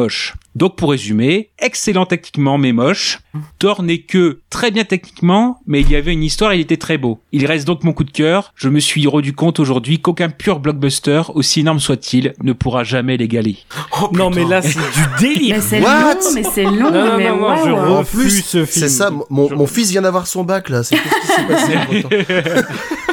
Donc pour résumer, excellent techniquement mais moche. Thor n'est que très bien techniquement, mais il y avait une histoire et il était très beau. Il reste donc mon coup de cœur. Je me suis rendu compte aujourd'hui qu'aucun pur blockbuster, aussi énorme soit-il, ne pourra jamais l'égaler. Oh, non mais là c'est du délire. Mais c'est long, mais c'est long. Non, non, mais non, non, wow. je En refuse plus, ce film. c'est ça, mon, Je- mon fils vient d'avoir son bac là, c'est qu'est-ce qui s'est passé pourtant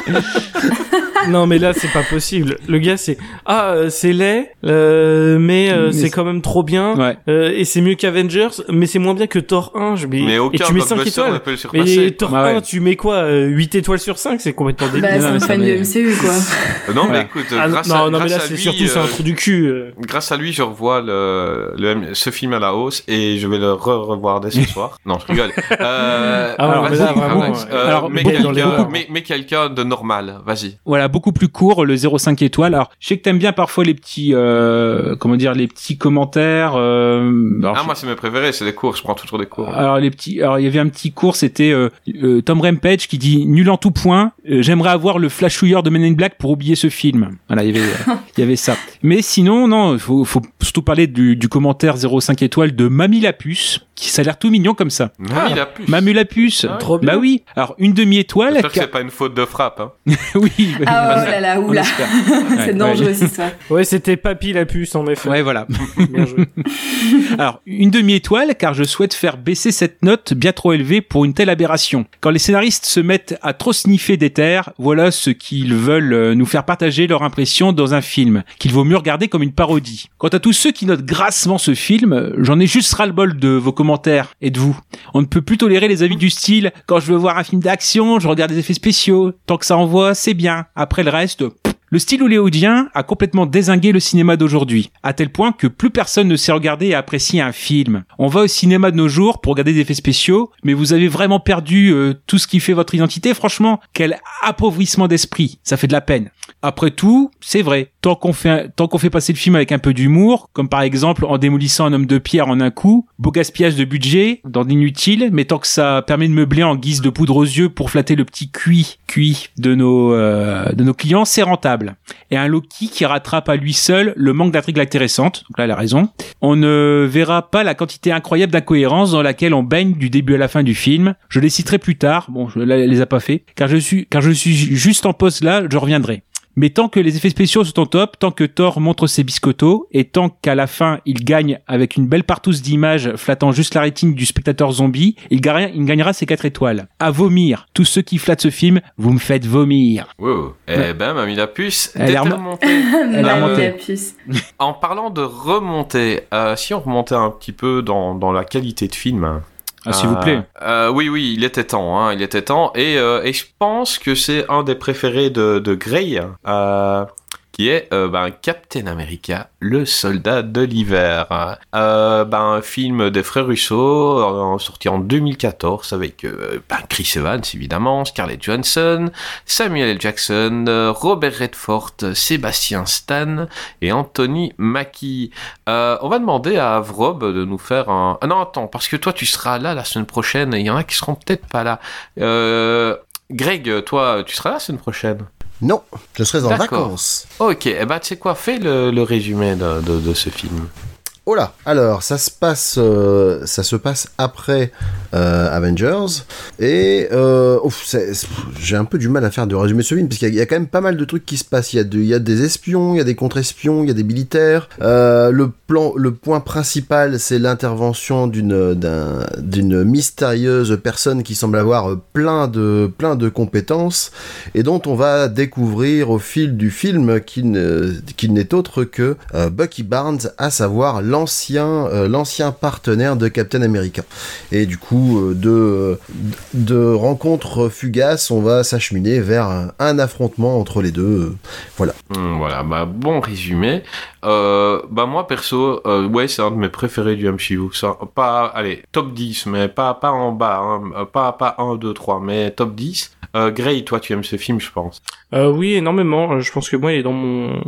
Non mais là c'est pas possible. Le gars c'est ah euh, c'est laid, euh, mais, euh, Mais c'est c'est- quand même trop bien. Ouais. Euh, et c'est mieux qu'Avengers, mais c'est moins bien que Thor un. Je mais, Mais et aucun tu mets cinq blockbuster étoiles. ne peut le surpasser. Mais Thor Bah ouais. un, tu mets quoi euh, huit étoiles sur cinq, c'est complètement débile. Bah, Non, c'est mais un ça fan met- de M C U, quoi. Euh, Non, mais Ouais. écoute, Ah, grâce non, à, non mais grâce là à c'est lui, surtout c'est un euh, trou du cul. euh. grâce à lui, je revois le, le M- ce film à la hausse et je vais le re-revoir dès ce soir. Non, je rigole. Euh, Ah ouais, alors, mais là, vas-y, vraiment, Alex. ouais. Euh, Alors, mais, beaucoup- dans les quelqu'un, beaucoup- mais, mais quelqu'un de normal, vas-y. Voilà, beaucoup plus court, le zéro virgule cinq étoiles. Alors, je sais que t'aimes bien parfois les petits, euh, comment dire, les petits commentaires. Euh, alors, Ah, je- moi, c'est mes préférés, c'est les cours, je prends toujours des cours. Alors les petits, alors il y avait un petit cours, c'était euh, euh, Tom Rampage qui dit nul en tout point. euh, J'aimerais avoir le flashouilleur de Men in Black pour oublier ce film. Voilà, il y avait, euh, il y avait ça. Mais sinon, non, faut, faut surtout parler du, du commentaire zéro virgule cinq étoiles de Mamie la puce, qui ça a l'air tout mignon comme ça. Mamie la puce. Mamie la puce. Ah ouais. Trop bien. Bah oui. Alors une demi-étoile. J'espère que car- c'est pas une faute de frappe, hein. oui. oui, Ah oh là là, on oula. espère. C'est Ouais, dangereux, ouais. cette histoire. Ouais, c'était Papy la puce en effet. Ouais, voilà. Bien joué. Alors, une demi-étoile, car je souhaite faire baisser cette note bien trop élevée pour une telle aberration. Quand les scénaristes se mettent à trop sniffer des terres, voilà ce qu'ils veulent euh, nous faire partager leur impression dans un film, qu'il vaut mieux regarder comme une parodie. Quant à tous ceux qui notent grassement ce film, euh, j'en ai juste ras-le-bol de vos commentaires et de vous. On ne peut plus tolérer les avis du style « Quand je veux voir un film d'action, je regarde des effets spéciaux. Tant que ça envoie, c'est bien. Après le reste... » Le style hollywoodien a complètement dézingué le cinéma d'aujourd'hui, à tel point que plus personne ne sait regarder et apprécier un film. On va au cinéma de nos jours pour regarder des effets spéciaux, mais vous avez vraiment perdu euh, tout ce qui fait votre identité, franchement. Quel appauvrissement d'esprit, ça fait de la peine. Après tout, c'est vrai, tant qu'on fait, tant qu'on fait passer le film avec un peu d'humour, comme par exemple en démolissant un homme de pierre en un coup, beau gaspillage de budget, dans l'inutile, mais tant que ça permet de meubler en guise de poudre aux yeux pour flatter le petit cuit, cuit de nos, euh, de nos clients, c'est rentable. Et un Loki qui rattrape à lui seul le manque d'intrigue intéressante, donc là elle a raison. On ne verra pas la quantité incroyable d'incohérences dans laquelle on baigne du début à la fin du film. Je les citerai plus tard, bon je là, elle les a pas fait, car je suis, car je suis juste en pause là, je reviendrai. Mais tant que les effets spéciaux sont en top, tant que Thor montre ses biscottos, et tant qu'à la fin il gagne avec une belle partouze d'images flattant juste la rétine du spectateur zombie, il, gagnera, il gagnera ses quatre étoiles. À vomir. Tous ceux qui flattent ce film, vous me faites vomir. Wow. Eh ben, Mamie la puce, Elle est t'es remo- remontée. Elle a Mamie remonté. la puce. En parlant de remonter, euh, si on remontait un petit peu dans, dans la qualité de film. hein, Ah, s'il vous euh, plaît. euh, oui, oui, il était temps, hein, il était temps. Et, euh, et je pense que c'est un des préférés de, de Grey, euh, qui est euh, ben, Captain America, le soldat de l'hiver. Euh, ben, un film des frères Russo, euh, sorti en deux mille quatorze, avec euh, ben, Chris Evans, évidemment, Scarlett Johansson, Samuel L. Jackson, euh, Robert Redford, Sébastien Stan et Anthony Mackie. Euh, on va demander à Avrob de nous faire un... Ah non, attends, parce que toi, tu seras là la semaine prochaine et il y en a qui seront peut-être pas là. Euh... Greg, toi, tu seras là la semaine prochaine? Non, je serai en D'accord. vacances. Ok, eh ben, tu sais quoi, fais le, le résumé de, de, de ce film. Oh là, alors ça se passe, euh, ça se passe après euh, Avengers et euh, ouf, c'est- c'est- j'ai un peu du mal à faire de résumé ce film parce qu'il y, a- il y a quand même pas mal de trucs qui se passent. Il y a, de- il y a des espions, il y a des contre-espions, il y a des militaires. Euh, le plan, le point principal, c'est l'intervention d'une d'un- d'une mystérieuse personne qui semble avoir plein de plein de compétences et dont on va découvrir au fil du film qu'il ne- qu'il n'est autre que euh, Bucky Barnes, à savoir l'ancien euh, l'ancien partenaire de Captain America. Et du coup, euh, de, de rencontres fugaces, on va s'acheminer vers un, un affrontement entre les deux. euh, voilà. Hum, voilà, bah, bon résumé. Euh, bah, moi, perso, euh, ouais, c'est un de mes préférés du M C U. Ça, pas, allez, top dix, mais pas, pas en bas, hein, pas, pas un, deux, trois, mais top dix. Euh, Grey, toi, tu aimes ce film, je pense. Euh, oui, énormément. Euh, Je pense que moi, il est dans mon, il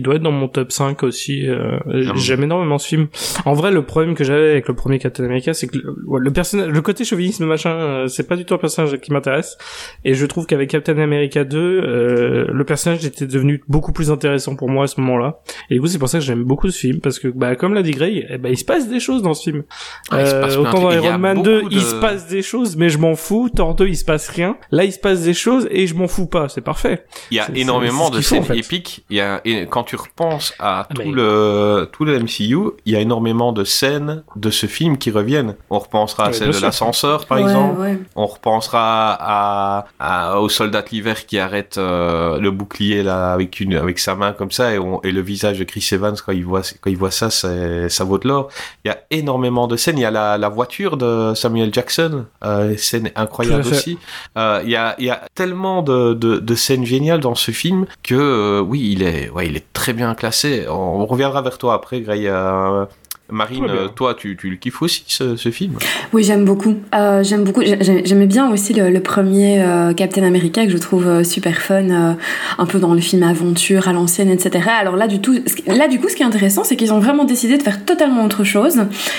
doit être dans mon top cinq aussi. Euh, j'aime énormément ce film. En vrai, le problème que j'avais avec le premier Captain America, c'est que le, le personnage, le côté chauvinisme machin, euh, c'est pas du tout un personnage qui m'intéresse. Et je trouve qu'avec Captain America deux, euh, le personnage était devenu beaucoup plus intéressant pour moi à ce moment-là. Et du coup, c'est pour ça que j'aime beaucoup ce film, parce que, bah, comme l'a dit Greg, eh ben, il se passe des choses dans ce film. Ah, il se passe euh, autant dans Iron Man deux, de... il se passe des choses, mais je m'en fous. Thor deux, il se passe rien. Là, il se passe des choses et je m'en fous pas. C'est parfait. Il y a c'est, énormément c'est de scènes en fait. épiques. Il y a, et quand tu repenses à tout mais... le, tout le M C U, il y a énormément de scènes de ce film qui reviennent. On repensera à ouais, celle de sûr. l'ascenseur, par ouais, exemple. Ouais. On repensera à, à, au soldat de l'hiver qui arrête euh, le bouclier là avec une, avec sa main comme ça et, on, et le visage de Chris Evans quand il voit, quand il voit ça, c'est, ça vaut de l'or. Il y a énormément de scènes. Il y a la, la voiture de Samuel Jackson, euh, scène incroyable aussi. Euh, il y a, il y a tellement de, de, de scènes géniales dans ce film que euh, oui, il est, ouais, il est très bien classé. On, on reviendra vers toi après, Grey. Euh, Marine, euh, toi, tu, tu le kiffes aussi ce, ce film? Oui, j'aime beaucoup. Euh, j'aime beaucoup. J'aimais bien aussi le, le premier euh, Captain America que je trouve euh, super fun, euh, un peu dans le film aventure à l'ancienne, et cetera. Alors là, du tout, là, du coup, ce qui est intéressant, c'est qu'ils ont vraiment décidé de faire totalement autre chose.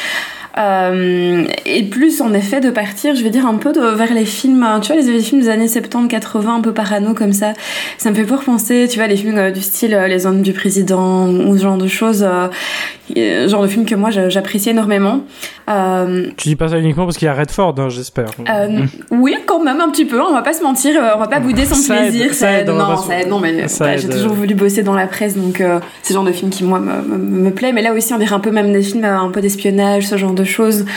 Euh, et plus en effet de partir, je vais dire un peu de, vers les films, tu vois, les, les films des années soixante-dix quatre-vingts un peu parano comme ça, ça me fait pas repenser, tu vois, les films euh, du style euh, Les Hommes du Président ou ce genre de choses, euh, genre de films que moi j'apprécie énormément. Euh, tu dis pas ça uniquement parce qu'il y a Redford, hein, j'espère. Euh, mmh. Oui, quand même un petit peu, on va pas se mentir, on va pas bouder son ça plaisir, aide, ça aide, non, ça aide, non, mais ça bah, aide. J'ai toujours voulu bosser dans la presse, donc euh, c'est le genre de film qui moi me, me, me plaît, mais là aussi on dirait un peu même des films un peu d'espionnage, ce genre de choses.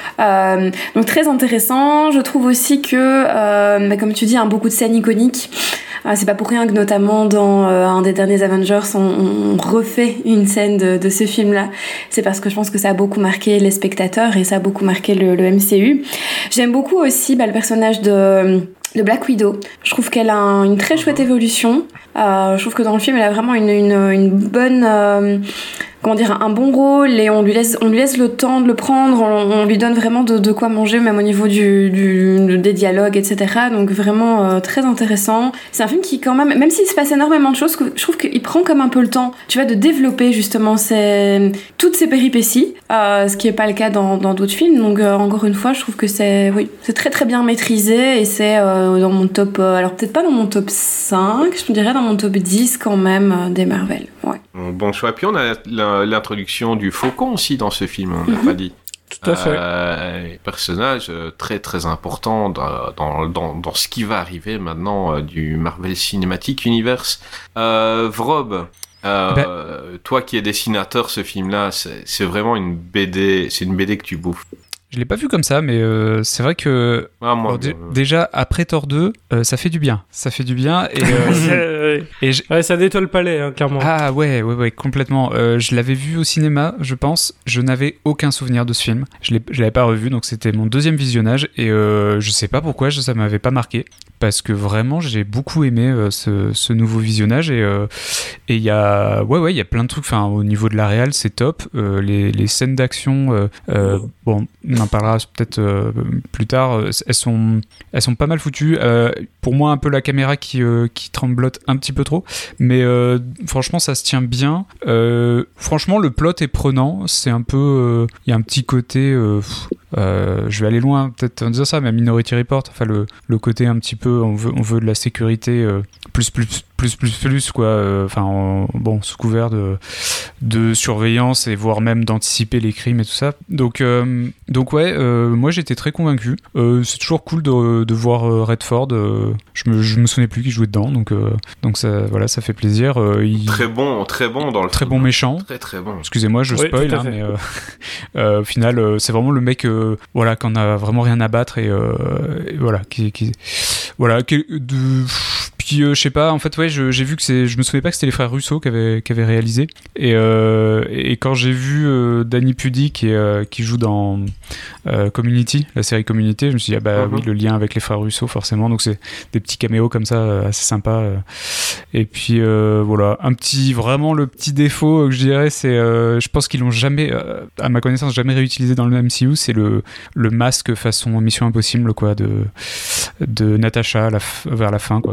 Euh, donc très intéressant. Je trouve aussi que, euh, bah, comme tu dis, hein, beaucoup de scènes iconiques. Euh, c'est pas pour rien que notamment dans euh, un des derniers Avengers, on, on refait une scène de, de ce film-là. C'est parce que je pense que ça a beaucoup marqué les spectateurs et ça a beaucoup marqué le, le M C U. J'aime beaucoup aussi bah, le personnage de de Black Widow. Je trouve qu'elle a un, une très chouette évolution. Euh, je trouve que dans le film, elle a vraiment une, une, une bonne... Euh, comment dire, un bon rôle et on lui laisse, on lui laisse le temps de le prendre, on, on lui donne vraiment de, de quoi manger, même au niveau du, du, des dialogues, et cetera. Donc vraiment euh, très intéressant. C'est un film qui quand même, même s'il se passe énormément de choses, je trouve qu'il prend comme un peu le temps, tu vois, de développer justement ces, toutes ces péripéties, euh, ce qui n'est pas le cas dans, dans d'autres films. Donc euh, encore une fois, je trouve que c'est, oui, c'est très très bien maîtrisé et c'est euh, dans mon top, euh, alors peut-être pas dans mon top cinq, je me dirais dans mon top dix quand même euh, des Marvel. Ouais. Bon choix. Puis on a l'introduction du Faucon aussi dans ce film, on n'a mm-hmm. pas dit. Tout à fait. Euh, personnage très très important dans, dans, dans, dans ce qui va arriver maintenant euh, du Marvel Cinematic Universe. Euh, Vrob, euh, ben... toi qui es dessinateur, ce film-là, c'est, c'est vraiment une B D, c'est une B D que tu bouffes. Je l'ai pas vu comme ça, mais euh, c'est vrai que ah, moi, bon, d- déjà après Thor deux, euh, ça fait du bien, ça fait du bien et, euh, et j'... ouais, ça nettoie le palais, hein, clairement. Ah ouais, ouais, ouais, complètement. Euh, je l'avais vu au cinéma, je pense. Je n'avais aucun souvenir de ce film. Je l'ai, je l'avais pas revu, donc c'était mon deuxième visionnage et euh, je sais pas pourquoi ça m'avait pas marqué. Parce que vraiment j'ai beaucoup aimé euh, ce, ce nouveau visionnage et euh, et il y a ouais ouais il y a plein de trucs. Enfin au niveau de la réal c'est top. Euh, les les scènes d'action euh, euh, bon on en parlera peut-être euh, plus tard. Elles sont elles sont pas mal foutues. Euh, pour moi un peu la caméra qui euh, qui tremblote un petit peu trop. Mais euh, franchement ça se tient bien. Euh, franchement le plot est prenant. C'est un peu il euh, y a un petit côté euh, Euh, je vais aller loin peut-être en disant ça, mais Minority Report, enfin le, le côté un petit peu on veut, on veut de la sécurité euh, plus plus plus plus plus quoi, enfin euh, bon sous couvert de, de surveillance et voire même d'anticiper les crimes et tout ça, donc euh, donc ouais euh, moi j'étais très convaincu. Euh, c'est toujours cool de, de voir Redford, euh, je me je me souvenais plus qu'il jouait dedans, donc euh, donc ça voilà ça fait plaisir. Euh, il... très bon très bon dans le très film. bon méchant, très très bon, excusez-moi je oui, spoil hein, mais euh, euh, au final euh, c'est vraiment le mec euh, voilà qu'on a vraiment rien à battre et, euh, et voilà qui, qui voilà qui, de puis euh, je sais pas en fait ouais je, j'ai vu que c'est je me souvenais pas que c'était les frères Russo qui avaient qui avaient réalisé et euh, et quand j'ai vu euh, Danny Pudi qui euh, qui joue dans euh, Community, la série Community, je me suis dit ah bah uh-huh. oui le lien avec les frères Russo forcément, donc c'est des petits caméos comme ça euh, assez sympas euh. Et puis euh, voilà un petit vraiment le petit défaut que je dirais c'est euh, je pense qu'ils l'ont jamais euh, à ma connaissance jamais réutilisé dans le M C U, c'est le le masque façon Mission Impossible quoi de de Natasha à la f- vers la fin quoi quand euh,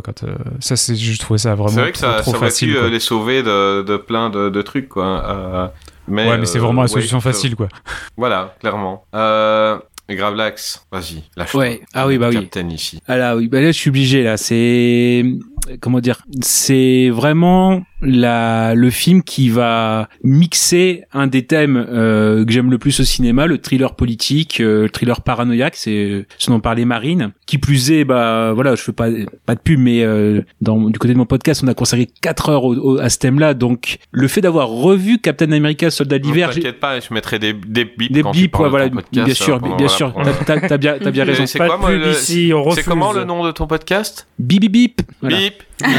ça c'est, je trouvais ça vraiment c'est vrai que trop, ça, trop ça aurait facile. pu Quoi. les sauver de, de plein de, de trucs, quoi. Euh, mais, ouais, mais c'est vraiment euh, la solution ouais, facile, euh, quoi. Voilà, clairement. Euh, Gravelax, vas-y, lâche-toi. Ouais. Ah oui, bah oui. Captain ici. Ah là, oui, bah là, je suis obligé, là. C'est, comment dire, c'est vraiment la, le film qui va mixer un des thèmes euh, que j'aime le plus au cinéma, le thriller politique, euh, le thriller paranoïaque, c'est ce dont parlait Marine. Qui plus est, bah voilà, je fais pas pas de pub, mais euh, dans du côté de mon podcast, on a consacré quatre heures au, au, à ce thème-là. Donc, le fait d'avoir revu Captain America, Soldat d'hiver, non, t'inquiète pas, je mettrai des des bips des quand bips, tu parles ouais, voilà, de ton podcast, bien sûr, pendant, bien voilà, sûr. pendant... T'as, t'as, t'as bien, t'as bien raison. C'est Pas quoi, de moi, pub le... ici, on refuse. C'est comment le nom de ton podcast? Bip bip bip. Voilà. Bip.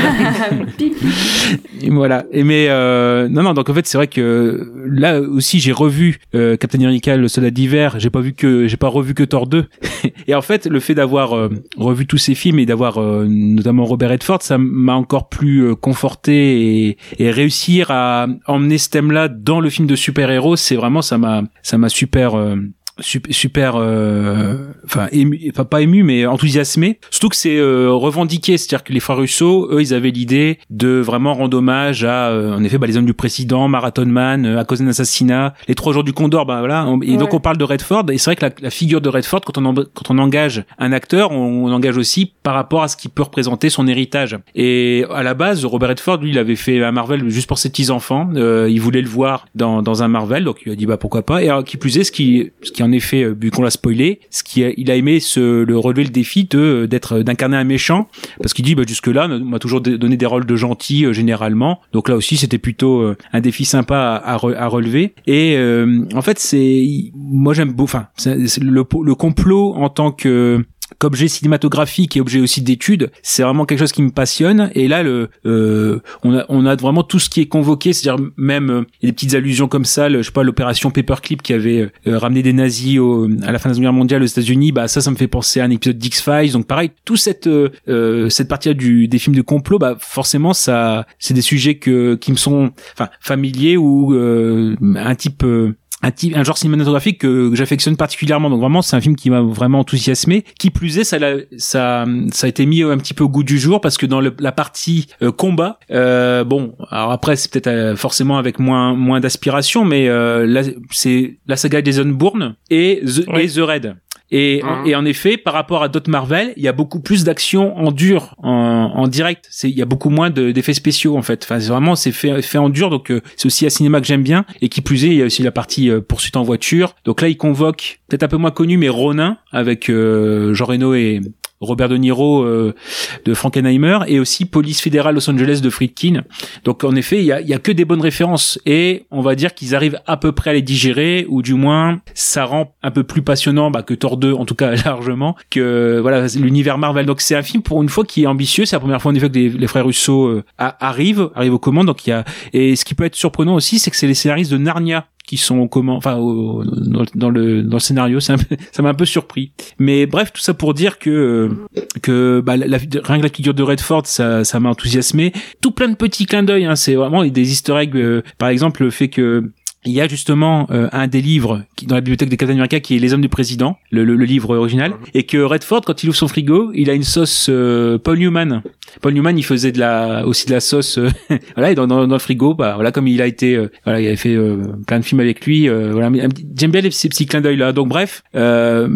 Et voilà. Et mais euh, non non donc en fait c'est vrai que là aussi j'ai revu euh, Captain America le Soldat d'hiver, j'ai pas vu que j'ai pas revu que Thor deux. Et en fait le fait d'avoir euh, revu tous ces films et d'avoir euh, notamment Robert Redford, ça m'a encore plus euh, conforté et, et réussir à emmener ce thème-là dans le film de super-héros, c'est vraiment ça m'a ça m'a super euh, super, super euh, enfin ému, enfin pas ému mais enthousiasmé, surtout que c'est euh, revendiqué, c'est-à-dire que les frères Russo eux ils avaient l'idée de vraiment rendre hommage à euh, en effet bah, les hommes du président, Marathon Man, euh, à cause d'un assassinat, les trois jours du Condor, bah voilà, on, et ouais. Donc on parle de Redford et c'est vrai que la, la figure de Redford quand on en, quand on engage un acteur, on, on engage aussi par rapport à ce qu'il peut représenter son héritage. Et à la base Robert Redford lui il avait fait un Marvel juste pour ses petits enfants, euh, il voulait le voir dans dans un Marvel, donc il a dit bah pourquoi pas, et alors, qui plus est ce qui ce qui en effet, vu qu'on l'a spoilé, ce qui a, il a aimé se le relever le défi de d'être d'incarner un méchant, parce qu'il dit bah jusque là on m'a toujours donné des rôles de gentil euh, généralement, donc là aussi c'était plutôt euh, un défi sympa à, à, re, à relever. Et euh, en fait c'est moi j'aime beau, enfin c'est, c'est le le complot en tant que qu'objet cinématographique et objet aussi d'étude, c'est vraiment quelque chose qui me passionne. Et là, le, euh, on a, on a vraiment tout ce qui est convoqué, c'est-à-dire même euh, des petites allusions comme ça, le, je sais pas, l'opération Paperclip qui avait euh, ramené des nazis au, à la fin de la Seconde Guerre mondiale aux États-Unis. Bah ça, ça me fait penser à un épisode d'X-Files. Donc pareil, tout cette euh, cette partie-là du des films de complot, bah forcément, ça, c'est des sujets que qui me sont, enfin, familiers ou euh, un type euh, Un, type, un genre cinématographique que, que j'affectionne particulièrement, donc vraiment c'est un film qui m'a vraiment enthousiasmé. Qui plus est, ça, l'a, ça, ça a été mis un petit peu au goût du jour parce que dans le, la partie euh, combat, euh, bon, alors après c'est peut-être euh, forcément avec moins moins d'aspiration, mais euh, là c'est la saga Jason Bourne et The, oui. et The Raid. Et, mmh. en, et en effet, par rapport à d'autres Marvel, il y a beaucoup plus d'action en dur, en, en direct. C'est, il y a beaucoup moins de, d'effets spéciaux en fait. Enfin, c'est vraiment c'est fait, fait en dur, donc euh, c'est aussi un cinéma que j'aime bien. Et qui plus est, il y a aussi la partie euh, poursuite en voiture. Donc là, il convoque peut-être un peu moins connu, mais Ronin avec euh, Jean Reno et Robert De Niro euh, de Frankenheimer, et aussi Police fédérale Los Angeles de Friedkin. Donc en effet, il y a, il y a que des bonnes références, et on va dire qu'ils arrivent à peu près à les digérer, ou du moins ça rend un peu plus passionnant bah, que Thor deux, en tout cas largement, que voilà l'univers Marvel. Donc c'est un film pour une fois qui est ambitieux. C'est la première fois en effet que les, les frères Russo euh, arrivent arrivent aux commandes. Donc il y a, et ce qui peut être surprenant aussi, c'est que c'est les scénaristes de Narnia qui sont au comment, enfin au, dans, dans le dans le scénario, c'est un peu, ça m'a un peu surpris. Mais bref, tout ça pour dire que euh, que bah la, la, rien que la figure de Redford, ça ça m'a enthousiasmé. Tout plein de petits clins d'œil, hein, c'est vraiment des Easter eggs. Euh, par exemple, le fait que il y a justement euh, un des livres qui, dans la bibliothèque de Captain America qui est Les Hommes du Président, le, le, le livre original, et que Redford, quand il ouvre son frigo, il a une sauce euh, Paul Newman. Paul Newman, il faisait de la aussi de la sauce, euh, voilà, et dans, dans, dans le frigo, bah voilà, comme il a été, euh, voilà, il avait fait euh, plein de films avec lui, euh, voilà, j'aime bien les, ces petits clins d'œil là. Donc bref, euh,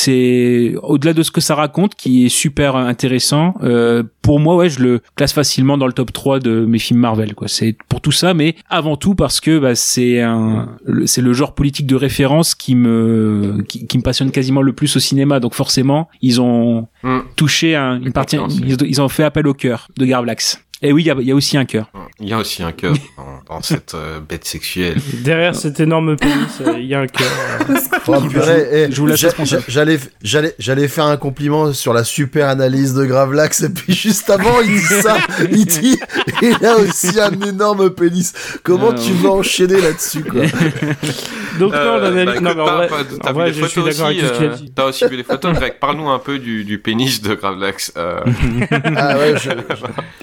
c'est au-delà de ce que ça raconte, qui est super intéressant. Euh, pour moi, ouais, je le classe facilement dans le top trois de mes films Marvel, quoi. C'est pour tout ça, mais avant tout parce que bah c'est un c'est le genre politique de référence qui me qui, qui me passionne quasiment le plus au cinéma, donc forcément ils ont mmh. touché un, une partie, ils, ils ont fait appel au cœur de Gravelax. Et oui, il y a, y a aussi un cœur. Il y a aussi un cœur dans, dans cette euh, bête sexuelle. Derrière cet énorme pénis, il y a un cœur. Oh, purée, eh, je vous laisse j'allais, j'allais, j'allais faire un compliment sur la super analyse de Gravelax, et puis juste avant, il dit ça, il dit, il a aussi un énorme pénis. Comment euh, tu vas enchaîner là-dessus, quoi? Donc, non, euh, l'analyse, bah, non, mais en vrai, t'as en vrai, vu les photos aussi, euh, t'as aussi vu les photos, Greg. Parle-nous un peu du, du pénis de Gravelax. Euh... Ah ouais, je... Est-ce qu'on est vraiment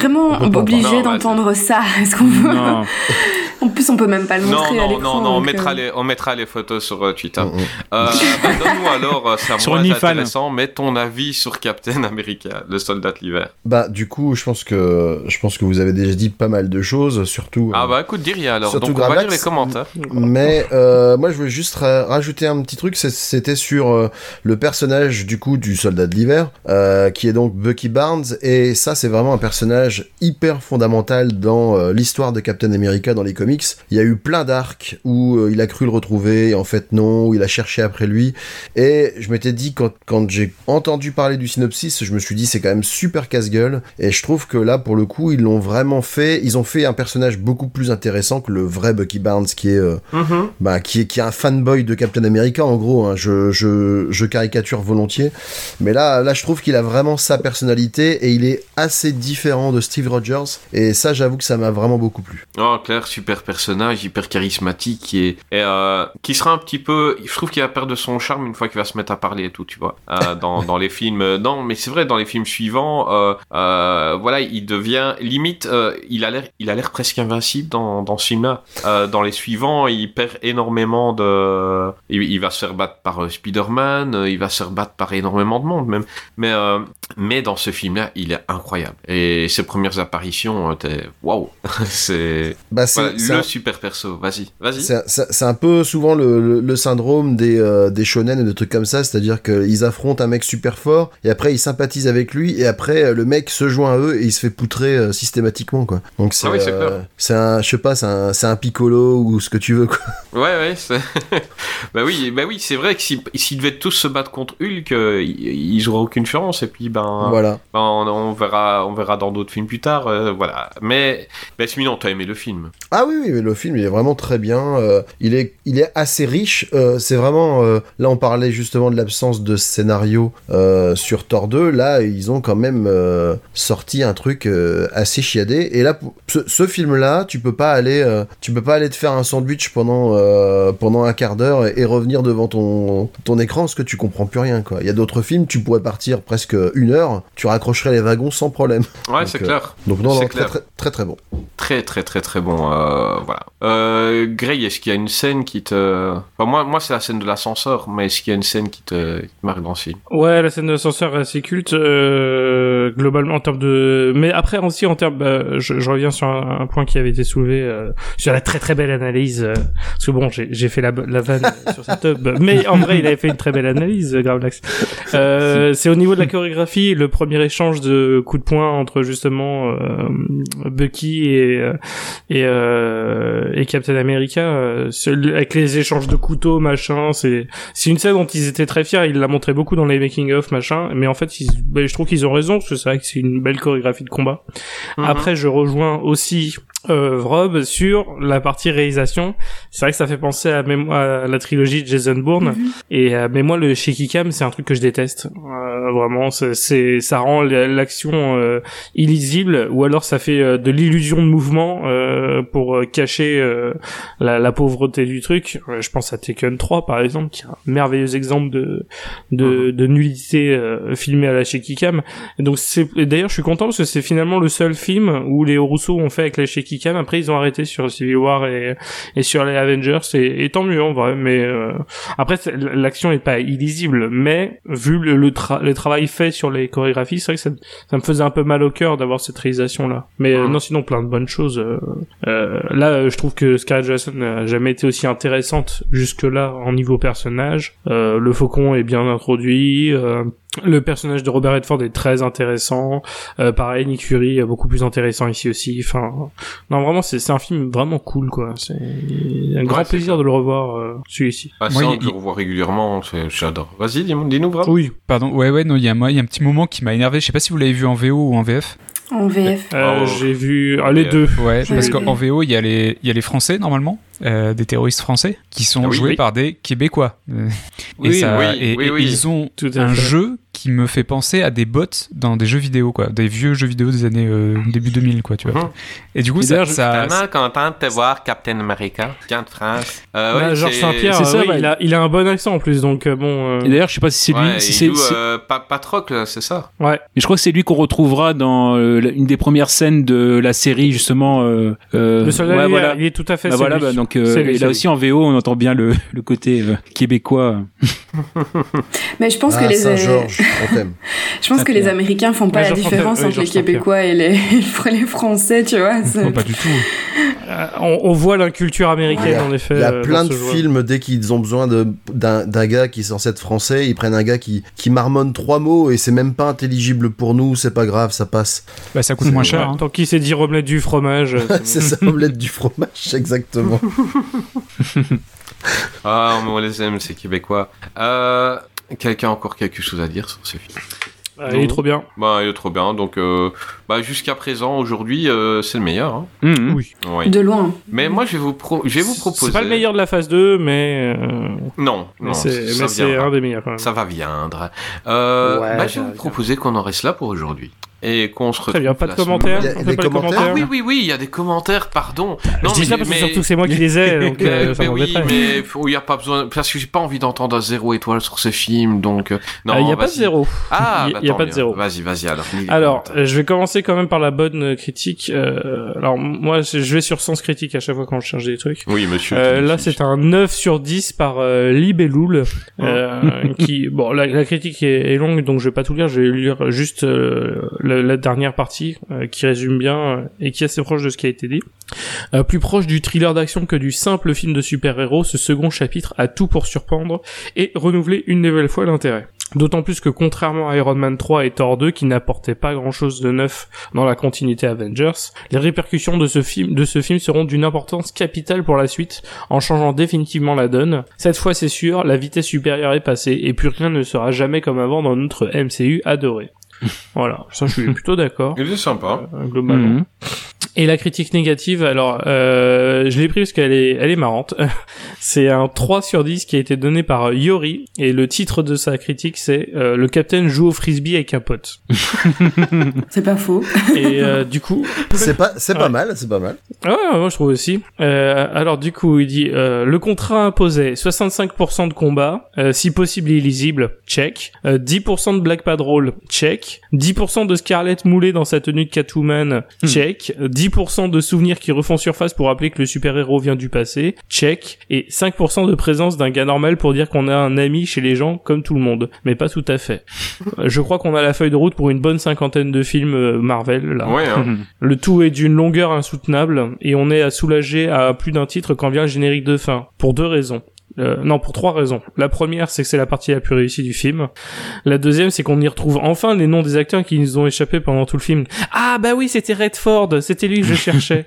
vraiment obligé d'entendre ça. Est-ce qu'on veut... Non. En plus, on peut même pas le montrer non, à non, l'écran. Non, non, on donc, mettra, euh... les, on mettra les photos sur euh, Twitter. Mm-hmm. Euh, bah, donne-nous alors, c'est Sur moins OnlyFans. intéressant, mais ton avis sur Captain America, le soldat de l'hiver. Bah, du coup, je pense que je pense que vous avez déjà dit pas mal de choses, surtout. Ah euh, bah écoute, dis rien alors. surtout Donc on va Gravelax, lire les commentaires. Mais euh, moi, je veux juste ra- rajouter un petit truc. c'est- C'était sur euh, le personnage du coup du soldat de l'hiver, euh, qui est donc Bucky Barnes, et ça, c'est vraiment un personnage hyper fondamental dans euh, l'histoire de Captain America dans les comics. Il y a eu plein d'arcs où euh, il a cru le retrouver, et en fait non, où il a cherché après lui. Et je m'étais dit, quand, quand j'ai entendu parler du synopsis, je me suis dit, c'est quand même super casse-gueule. Et je trouve que là, pour le coup, ils l'ont vraiment fait. Ils ont fait un personnage beaucoup plus intéressant que le vrai Bucky Barnes, qui est, euh, Mm-hmm. bah, qui est, qui est un fanboy de Captain America, en gros. Hein. Je, je, je caricature volontiers. Mais là, là, je trouve qu'il a vraiment sa personnalité et il est assez différent de Steve Rogers. Et ça, j'avoue que ça m'a vraiment beaucoup plu. Oh, Claire, super personnage, hyper charismatique, et, et euh, qui sera un petit peu... Je trouve qu'il va perdre son charme une fois qu'il va se mettre à parler et tout, tu vois. Euh, dans, dans les films... Non, mais c'est vrai, dans les films suivants, euh, euh, voilà, il devient... Limite, euh, il a l'air il a l'air presque invincible dans, dans ce film-là. Euh, dans les suivants, il perd énormément de... Il, il va se faire battre par euh, Spider-Man, euh, il va se faire battre par énormément de monde, même. Mais, euh, mais dans ce film-là, il est incroyable. Et ses premières apparitions, euh, t'es... Waouh. C'est... Bah, c'est, Voilà, c'est le un... super perso, vas-y, vas-y. C'est, c'est, c'est un peu souvent le, le, le syndrome des, euh, des shonen et de trucs comme ça, c'est-à-dire qu'ils affrontent un mec super fort, et après ils sympathisent avec lui, et après le mec se joint à eux, et il se fait poutrer euh, systématiquement, quoi. Donc c'est, Ah oui, c'est euh, clair. c'est un, je sais pas, c'est un, c'est un piccolo, ou ce que tu veux, quoi. Ouais, ouais, c'est... bah oui, bah oui, c'est vrai que si, s'ils devaient tous se battre contre Hulk, euh, ils, ils auraient aucune chance, et puis ben... Voilà. ben, on, on verra, on verra dans d'autres films plus tard, euh, voilà. Mais, bah sinon, t'as aimé le film. Ah oui, oui, mais le film, il est vraiment très bien. Euh, il est, il est assez riche. Euh, c'est vraiment... Euh, là, on parlait justement de l'absence de scénario euh, sur Thor deux. Là, ils ont quand même euh, sorti un truc euh, assez chiadé. Et là, pour, ce, ce film-là, tu peux pas aller, euh, tu peux pas aller te faire un sandwich pendant euh, pendant un quart d'heure et, et revenir devant ton ton écran parce que tu comprends plus rien, quoi. Il y a d'autres films, tu pourrais partir presque une heure, tu raccrocherais les wagons sans problème. Ouais, donc, c'est euh, clair. Donc non, C'est non, très, clair. très très très bon. Très, très, très, très bon. Euh, voilà. Euh, Grey, est-ce qu'il y a une scène qui te... Enfin, moi, moi, c'est la scène de l'ascenseur, mais est-ce qu'il y a une scène qui te, qui te marque dans ce film? Ouais, la scène de l'ascenseur est assez culte, euh, globalement en termes de... Mais après aussi en termes... Bah, je, je reviens sur un, un point qui avait été soulevé, euh, sur la très très belle analyse, euh, parce que bon, j'ai, j'ai fait la, la vanne sur cette tub, mais en vrai, il avait fait une très belle analyse, Gravelax. Euh, c'est au niveau de la chorégraphie, le premier échange de coups de poing entre justement euh, Bucky et et, euh, et Captain America, euh, avec les échanges de couteaux, machin, c'est c'est une scène dont ils étaient très fiers. Ils l'a montré beaucoup dans les making of, machin. Mais en fait, ils, bah, je trouve qu'ils ont raison parce que c'est vrai que c'est une belle chorégraphie de combat. Mm-hmm. Après, je rejoins aussi euh, Rob sur la partie réalisation. C'est vrai que ça fait penser à, même, à la trilogie de Jason Bourne. Mm-hmm. Et euh, mais moi, le shaky cam, c'est un truc que je déteste. Euh, vraiment, c'est, c'est ça rend l'action euh, illisible, ou alors ça fait euh, de l'illusion de mouvement euh, pour euh, cacher euh, la, la pauvreté du truc. Euh, je pense à Taken trois par exemple, qui est un merveilleux exemple de de, de nullité euh, filmée à la shaky cam. Et donc c'est et d'ailleurs je suis content parce que c'est finalement le seul film où les Russo ont fait avec la shaky cam. Après ils ont arrêté sur Civil War et et sur les Avengers, et, et tant mieux en vrai. Mais euh, après l'action est pas illisible, mais vu le le, tra- le travail fait sur les chorégraphies, c'est vrai que ça, ça me faisait un peu mal au cœur d'avoir cette réalisation là. Mais euh, non, sinon plein de bonnes choses. Euh, euh, là, je trouve que Scarlett Johansson n'a jamais été aussi intéressante jusque-là en niveau personnage. Euh, le Faucon est bien introduit. Euh, Le personnage de Robert Redford est très intéressant. Euh, pareil, Nick Fury est beaucoup plus intéressant ici aussi. Enfin, non, vraiment, c'est, c'est un film vraiment cool, quoi. C'est un grand ouais, plaisir ça. de le revoir, euh, celui-ci. Ah, ça, on le revoit régulièrement, c'est, j'adore. Vas-y, dis-nous, dis-nous vraiment. Oui, pardon. Ouais, ouais, non, il y a moi, il y a un petit moment qui m'a énervé. Je sais pas si vous l'avez vu en V O ou en V F. En V F. Euh, oh. J'ai vu ah, les V F. deux. Ouais, j'ai parce vu. qu'en V O, il y a les, il y a les Français normalement, euh, des terroristes français qui sont ah, oui, joués oui. par des Québécois. Euh, oui, et ça, oui, et, oui, et oui. ils ont Tout à un fait. jeu qui me fait penser à des bots dans des jeux vidéo, quoi, des vieux jeux vidéo des années euh, début deux mille, quoi, tu vois. Mmh. Et du coup, et ça, ça, je suis tellement content de te voir, Captain America, Captain France. Euh, ouais, ouais, Georges Saint-Pierre, c'est ça, oui, bah, il a, il a un bon accent en plus, donc euh, bon. Euh... Et d'ailleurs, je sais pas si c'est lui. Ouais, si il c'est, joue c'est... Euh, Patrocle, c'est ça. Ouais. Et je crois que c'est lui qu'on retrouvera dans euh, une des premières scènes de la série, justement. Euh, euh, le soldat, ouais, voilà. il est tout à fait. Bah, voilà, bah, donc euh, lui, et là aussi en V O, on entend bien le, le côté euh, québécois. Mais je pense ah, que les. Saint-Georges, on t'aime. Je pense que les Américains font pas ouais, la différence entre les Québécois et les, les Français, tu vois. Non, pas du tout. Euh, on, on voit l'inculture américaine, a, en effet. Il y a euh, plein de films, dès qu'ils ont besoin de, d'un, d'un gars qui est censé être français, ils prennent un gars qui, qui marmonne trois mots et c'est même pas intelligible pour nous, c'est pas grave, ça passe. Bah, ça coûte moins cher. Ouais, hein. Tant qu'il s'est dit omelette du fromage. C'est ça, omelette du fromage, exactement. Ah, mais on les aime, ces Québécois. Euh, quelqu'un a encore quelque chose à dire sur ce film? Ah, il est trop bien. Bah, il est trop bien. Donc, euh, bah, jusqu'à présent, aujourd'hui, euh, c'est le meilleur. Hein. Mmh, oui. oui. De loin. Mais moi, je vais vous, pro- je vais vous proposer. C'est pas le meilleur de la phase deux, mais. Euh... Non, mais non. C'est, ça mais c'est un des meilleurs quand même. Ça va viendre. Euh, ouais, bah, je vais vous proposer qu'on en reste là pour aujourd'hui. Et qu'on se retrouve. Très bien, pas de commentaires. Il y a des commentaires. Ah oui, oui, oui, il y a des commentaires, pardon. Non, je dis mais, ça parce mais... que surtout c'est moi qui les ai, donc euh, ça mais oui, pas. mais il y a pas besoin, parce que j'ai pas envie d'entendre un zéro étoile sur ce film, donc non. Il euh, y a vas-y. pas de zéro. Ah, il bah, y a pas mieux. de zéro. Vas-y, vas-y alors. Alors, euh, je vais commencer quand même par la bonne critique. Euh, alors moi, je vais sur Sens Critique à chaque fois quand je cherche des trucs. Oui, monsieur. Euh, là, c'est un neuf sur dix par euh, Libelloul, euh, qui bon, la, la critique est, est longue, donc je vais pas tout lire. Je vais lire juste euh, la, la dernière partie. Euh, qui résume bien euh, et qui est assez proche de ce qui a été dit. Euh, plus proche du thriller d'action que du simple film de super-héros, ce second chapitre a tout pour surprendre et renouveler une nouvelle fois l'intérêt. D'autant plus que contrairement à Iron Man trois et Thor deux qui n'apportaient pas grand chose de neuf dans la continuité Avengers, les répercussions de ce film, de ce film seront d'une importance capitale pour la suite, en changeant définitivement la donne. Cette fois c'est sûr, la vitesse supérieure est passée et plus rien ne sera jamais comme avant dans notre M C U adoré. Voilà, ça je suis plutôt d'accord. Il est sympa. Euh, globalement. Mmh. Et la critique négative, alors euh, je l'ai pris parce qu'elle est, elle est marrante. C'est un trois sur dix qui a été donné par Yori et le titre de sa critique c'est euh, le capitaine joue au frisbee avec un pote. C'est pas faux. Et euh, du coup, c'est pas, c'est ouais. pas mal, c'est pas mal. Ouais, moi je trouve aussi. Euh, alors du coup, il dit euh, le contrat imposait soixante-cinq pour cent de combat, euh, si possible illisible, check. Euh, dix pour cent de Black Patrol, check. dix pour cent de Scarlett moulée dans sa tenue de Catwoman, check. Hmm. dix pour cent de souvenirs qui refont surface pour rappeler que le super-héros vient du passé, check. Et cinq pour cent de présence d'un gars normal pour dire qu'on a un ami chez les gens comme tout le monde. Mais pas tout à fait. Je crois qu'on a la feuille de route pour une bonne cinquantaine de films Marvel, là. Ouais, hein. Le tout est d'une longueur insoutenable et on est à soulager à plus d'un titre quand vient le générique de fin. Pour deux raisons. Euh, non, pour trois raisons. La première, c'est que c'est la partie la plus réussie du film. La deuxième, c'est qu'on y retrouve enfin les noms des acteurs qui nous ont échappé pendant tout le film. Ah bah oui, c'était Redford, c'était lui que je cherchais.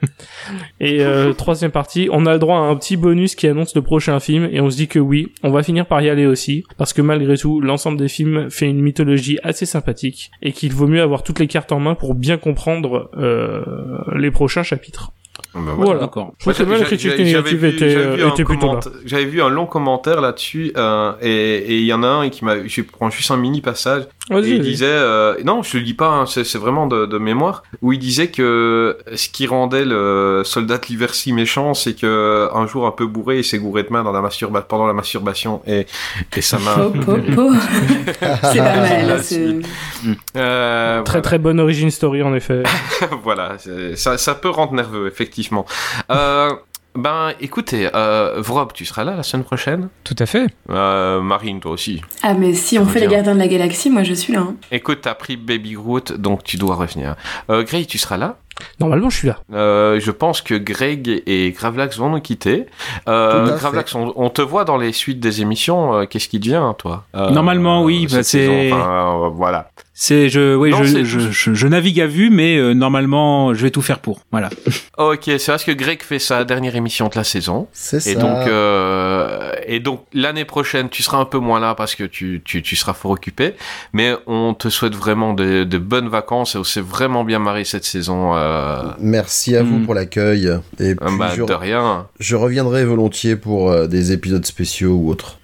Et euh, troisième partie, on a le droit à un petit bonus qui annonce le prochain film et on se dit que oui, on va finir par y aller aussi, parce que malgré tout, l'ensemble des films fait une mythologie assez sympathique et qu'il vaut mieux avoir toutes les cartes en main pour bien comprendre euh, les prochains chapitres. Ben voilà, voilà. D'accord. Je trouve que même la critique négative était, euh, était plutôt là. J'avais vu un long commentaire là-dessus, euh, et il y en a un qui m'a, je prends juste un mini passage, vas-y, et il vas-y. disait, euh, non, je le dis pas, hein, c'est, c'est vraiment de, de mémoire, où il disait que ce qui rendait le soldat de l'hiver si méchant, c'est que un jour un peu bourré, il s'est gouré de main dans la masturba- pendant la masturbation, et, et ça m'a... Po, po, po. C'est pas mal. C'est... Euh, très voilà. très bonne origin story en effet. Voilà, ça, ça peut rendre nerveux, effectivement. Euh, ben, écoutez, euh, Vrob, tu seras là la semaine prochaine ? Tout à fait. Euh, Marine, toi aussi. Ah, mais si on fait les Gardiens de la Galaxie, moi je suis là. Hein. Écoute, t'as pris Baby Groot, donc tu dois revenir. Euh, Greg, tu seras là ? Normalement, je suis là. Euh, je pense que Greg et Gravelax vont nous quitter. Euh, Gravelax, on, on te voit dans les suites des émissions. Euh, qu'est-ce qui devient, toi ? euh, Normalement, oui. Bah, c'est... Saison, enfin, euh, voilà. C'est je oui non, je, c'est... Je, je je navigue à vue mais euh, normalement je vais tout faire pour voilà. Ok, c'est parce que Greg fait sa dernière émission de la saison. C'est et ça. Donc euh, et donc l'année prochaine tu seras un peu moins là parce que tu tu tu seras fort occupé, mais on te souhaite vraiment de, de bonnes vacances et on s'est vraiment bien marré cette saison. Euh... Merci à vous mm. pour l'accueil et puis bah, je, de rien. Je reviendrai volontiers pour euh, des épisodes spéciaux ou autres.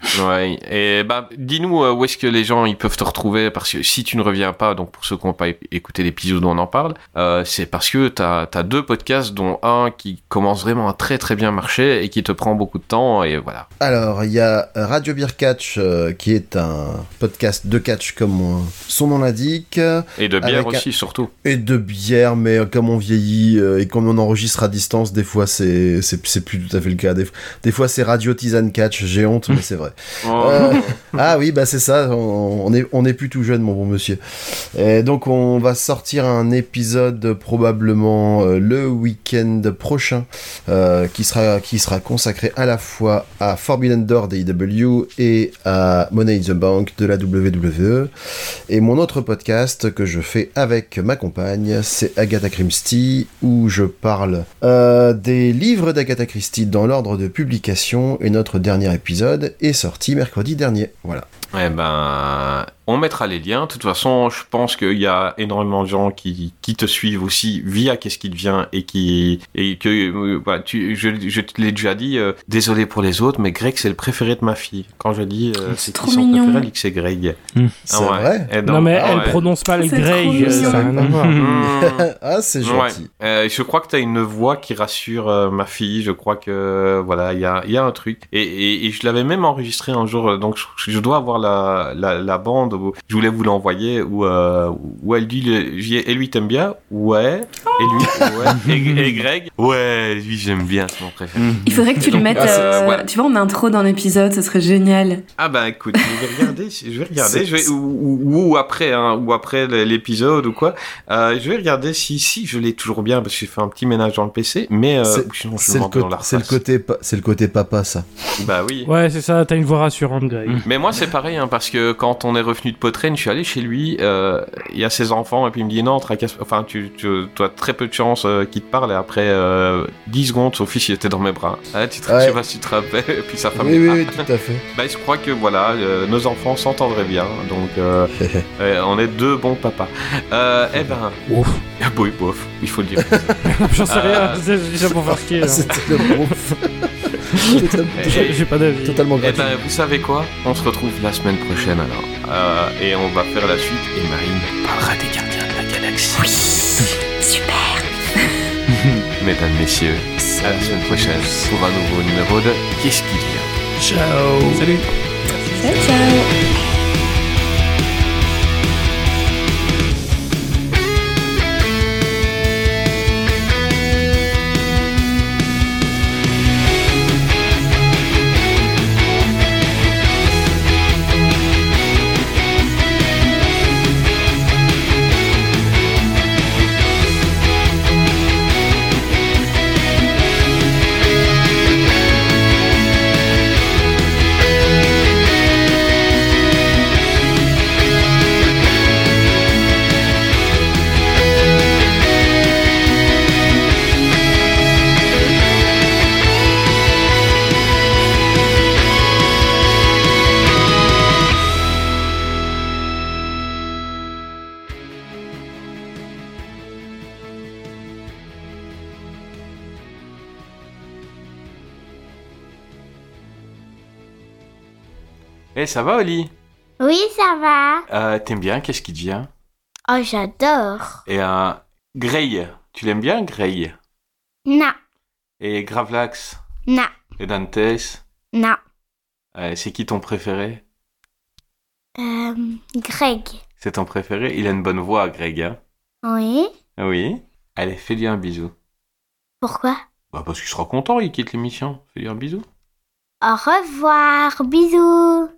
Ouais, et bah, dis-nous euh, où est-ce que les gens ils peuvent te retrouver, parce que si tu ne reviens pas, donc pour ceux qui n'ont pas é- écouté l'épisode où on en parle, euh, c'est parce que t'as, t'as deux podcasts, dont un qui commence vraiment à très très bien marcher et qui te prend beaucoup de temps, et voilà. Alors, il y a Radio Beer Catch, euh, qui est un podcast de catch, comme euh, son nom l'indique. Et de bière Avec aussi, un- surtout. Et de bière, mais euh, comme on vieillit euh, et comme on enregistre à distance, des fois c'est, c'est, c'est plus tout à fait le cas. Des, des fois c'est Radio Tisane Catch, j'ai honte, mais c'est vrai. Oh. Euh, ah oui, bah c'est ça, on, on, est, on est plus tout jeune, mon bon monsieur. Et donc on va sortir un épisode probablement euh, le week-end prochain, euh, qui, sera, qui sera consacré à la fois à Forbidden Door des I W et à Money in the Bank de la W W E. Et mon autre podcast que je fais avec ma compagne, c'est Agatha Christie, où je parle euh, des livres d'Agatha Christie dans l'ordre de publication, et notre dernier épisode est sorti mercredi dernier. Voilà. Eh ben, on mettra les liens. De toute façon, je pense qu'il y a énormément de gens qui, qui te suivent aussi via Qu'est-ce qui devient, et qui et que euh, voilà, tu, je, je te l'ai déjà dit. Euh, désolé pour les autres, mais Greg c'est le préféré de ma fille. Quand je dis euh, c'est trop qui son mignon. préféré, elle dit que c'est Greg. Mmh. C'est vrai. Et donc, Non, mais ah elle ouais. prononce pas les C'est trop Grey, mignon. ça n'a rien à voir. Mmh. Ah, c'est gentil. Ouais. Euh, je crois que t'as une voix qui rassure euh, ma fille. Je crois que voilà, il y a, il y a un truc. Et, et, et je l'avais même enregistré un jour. euh, Donc je, je dois avoir la, la, la bande où je voulais vous l'envoyer, où, euh, où elle dit le, j'y ai- et lui t'aime bien, ouais. Et lui, ouais. Et, et Greg, ouais, lui j'aime bien, c'est mon préféré. Il faudrait que tu le mettes, Ah, c'est- euh, ouais. tu vois, en intro dans l'épisode, ce serait génial. Ah bah écoute, je vais regarder, je vais regarder, C'est- je vais, ou, ou, ou après, hein, ou après l'épisode ou quoi. Euh, je vais regarder si si je l'ai toujours bien, parce que j'ai fait un petit ménage dans le P C, mais euh, C'est- sinon je C'est le, m'en vais dans côté- la c'est le refasse. côté pa- c'est le côté papa, ça. Bah oui. Ouais, c'est ça, t'as une voix rassurante, Greg. Mais moi c'est pareil, hein, parce que quand on est revenu de Potrenne, je suis allé chez lui, euh, il y a ses enfants, et puis il me dit non, tracasse, enfin tu, tu, tu as très peu de chance euh, qu'il te parle, et après euh, dix secondes, son fils il était dans mes bras. Ah, tu te, Ouais. je sais pas si tu te rappelles, et puis sa femme. Oui, oui, ah. oui, tout à fait. Bah, je crois que voilà, euh, nos enfants s'entendraient bien, donc euh, euh, on est deux bons papas. Euh, eh ben, Ouf. ah, oui, bof, il faut le dire. J'en sais Euh, rien, c'est déjà pour faire skier. Ah, c'était le gros. J'ai j'ai pas d'avis. Totalement Eh gratuit. ben, vous savez quoi? On se retrouve la semaine prochaine alors, euh, et on va faire la suite. Et Marine parlera des Gardiens de la Galaxie. Oui, super. Mesdames, messieurs, à la semaine prochaine pour un nouveau numéro de Qu'est-ce qui vient? Ciao. Salut. Ciao, ciao. Eh, ça va, Oli? Oui, ça va. Euh, t'aimes bien Qu'est-ce qui devient? Oh, j'adore. Et euh, Grey, tu l'aimes bien, Grey? Non, Et Gravelax? non, Et Dantes? non. Euh, c'est qui ton préféré? Euh, Greg. C'est ton préféré? Il a une bonne voix, Greg, hein? Oui. Oui. Allez, fais-lui un bisou. Pourquoi? Bah, parce qu'il sera content, il quitte l'émission. Fais-lui un bisou. Au revoir. Bisous.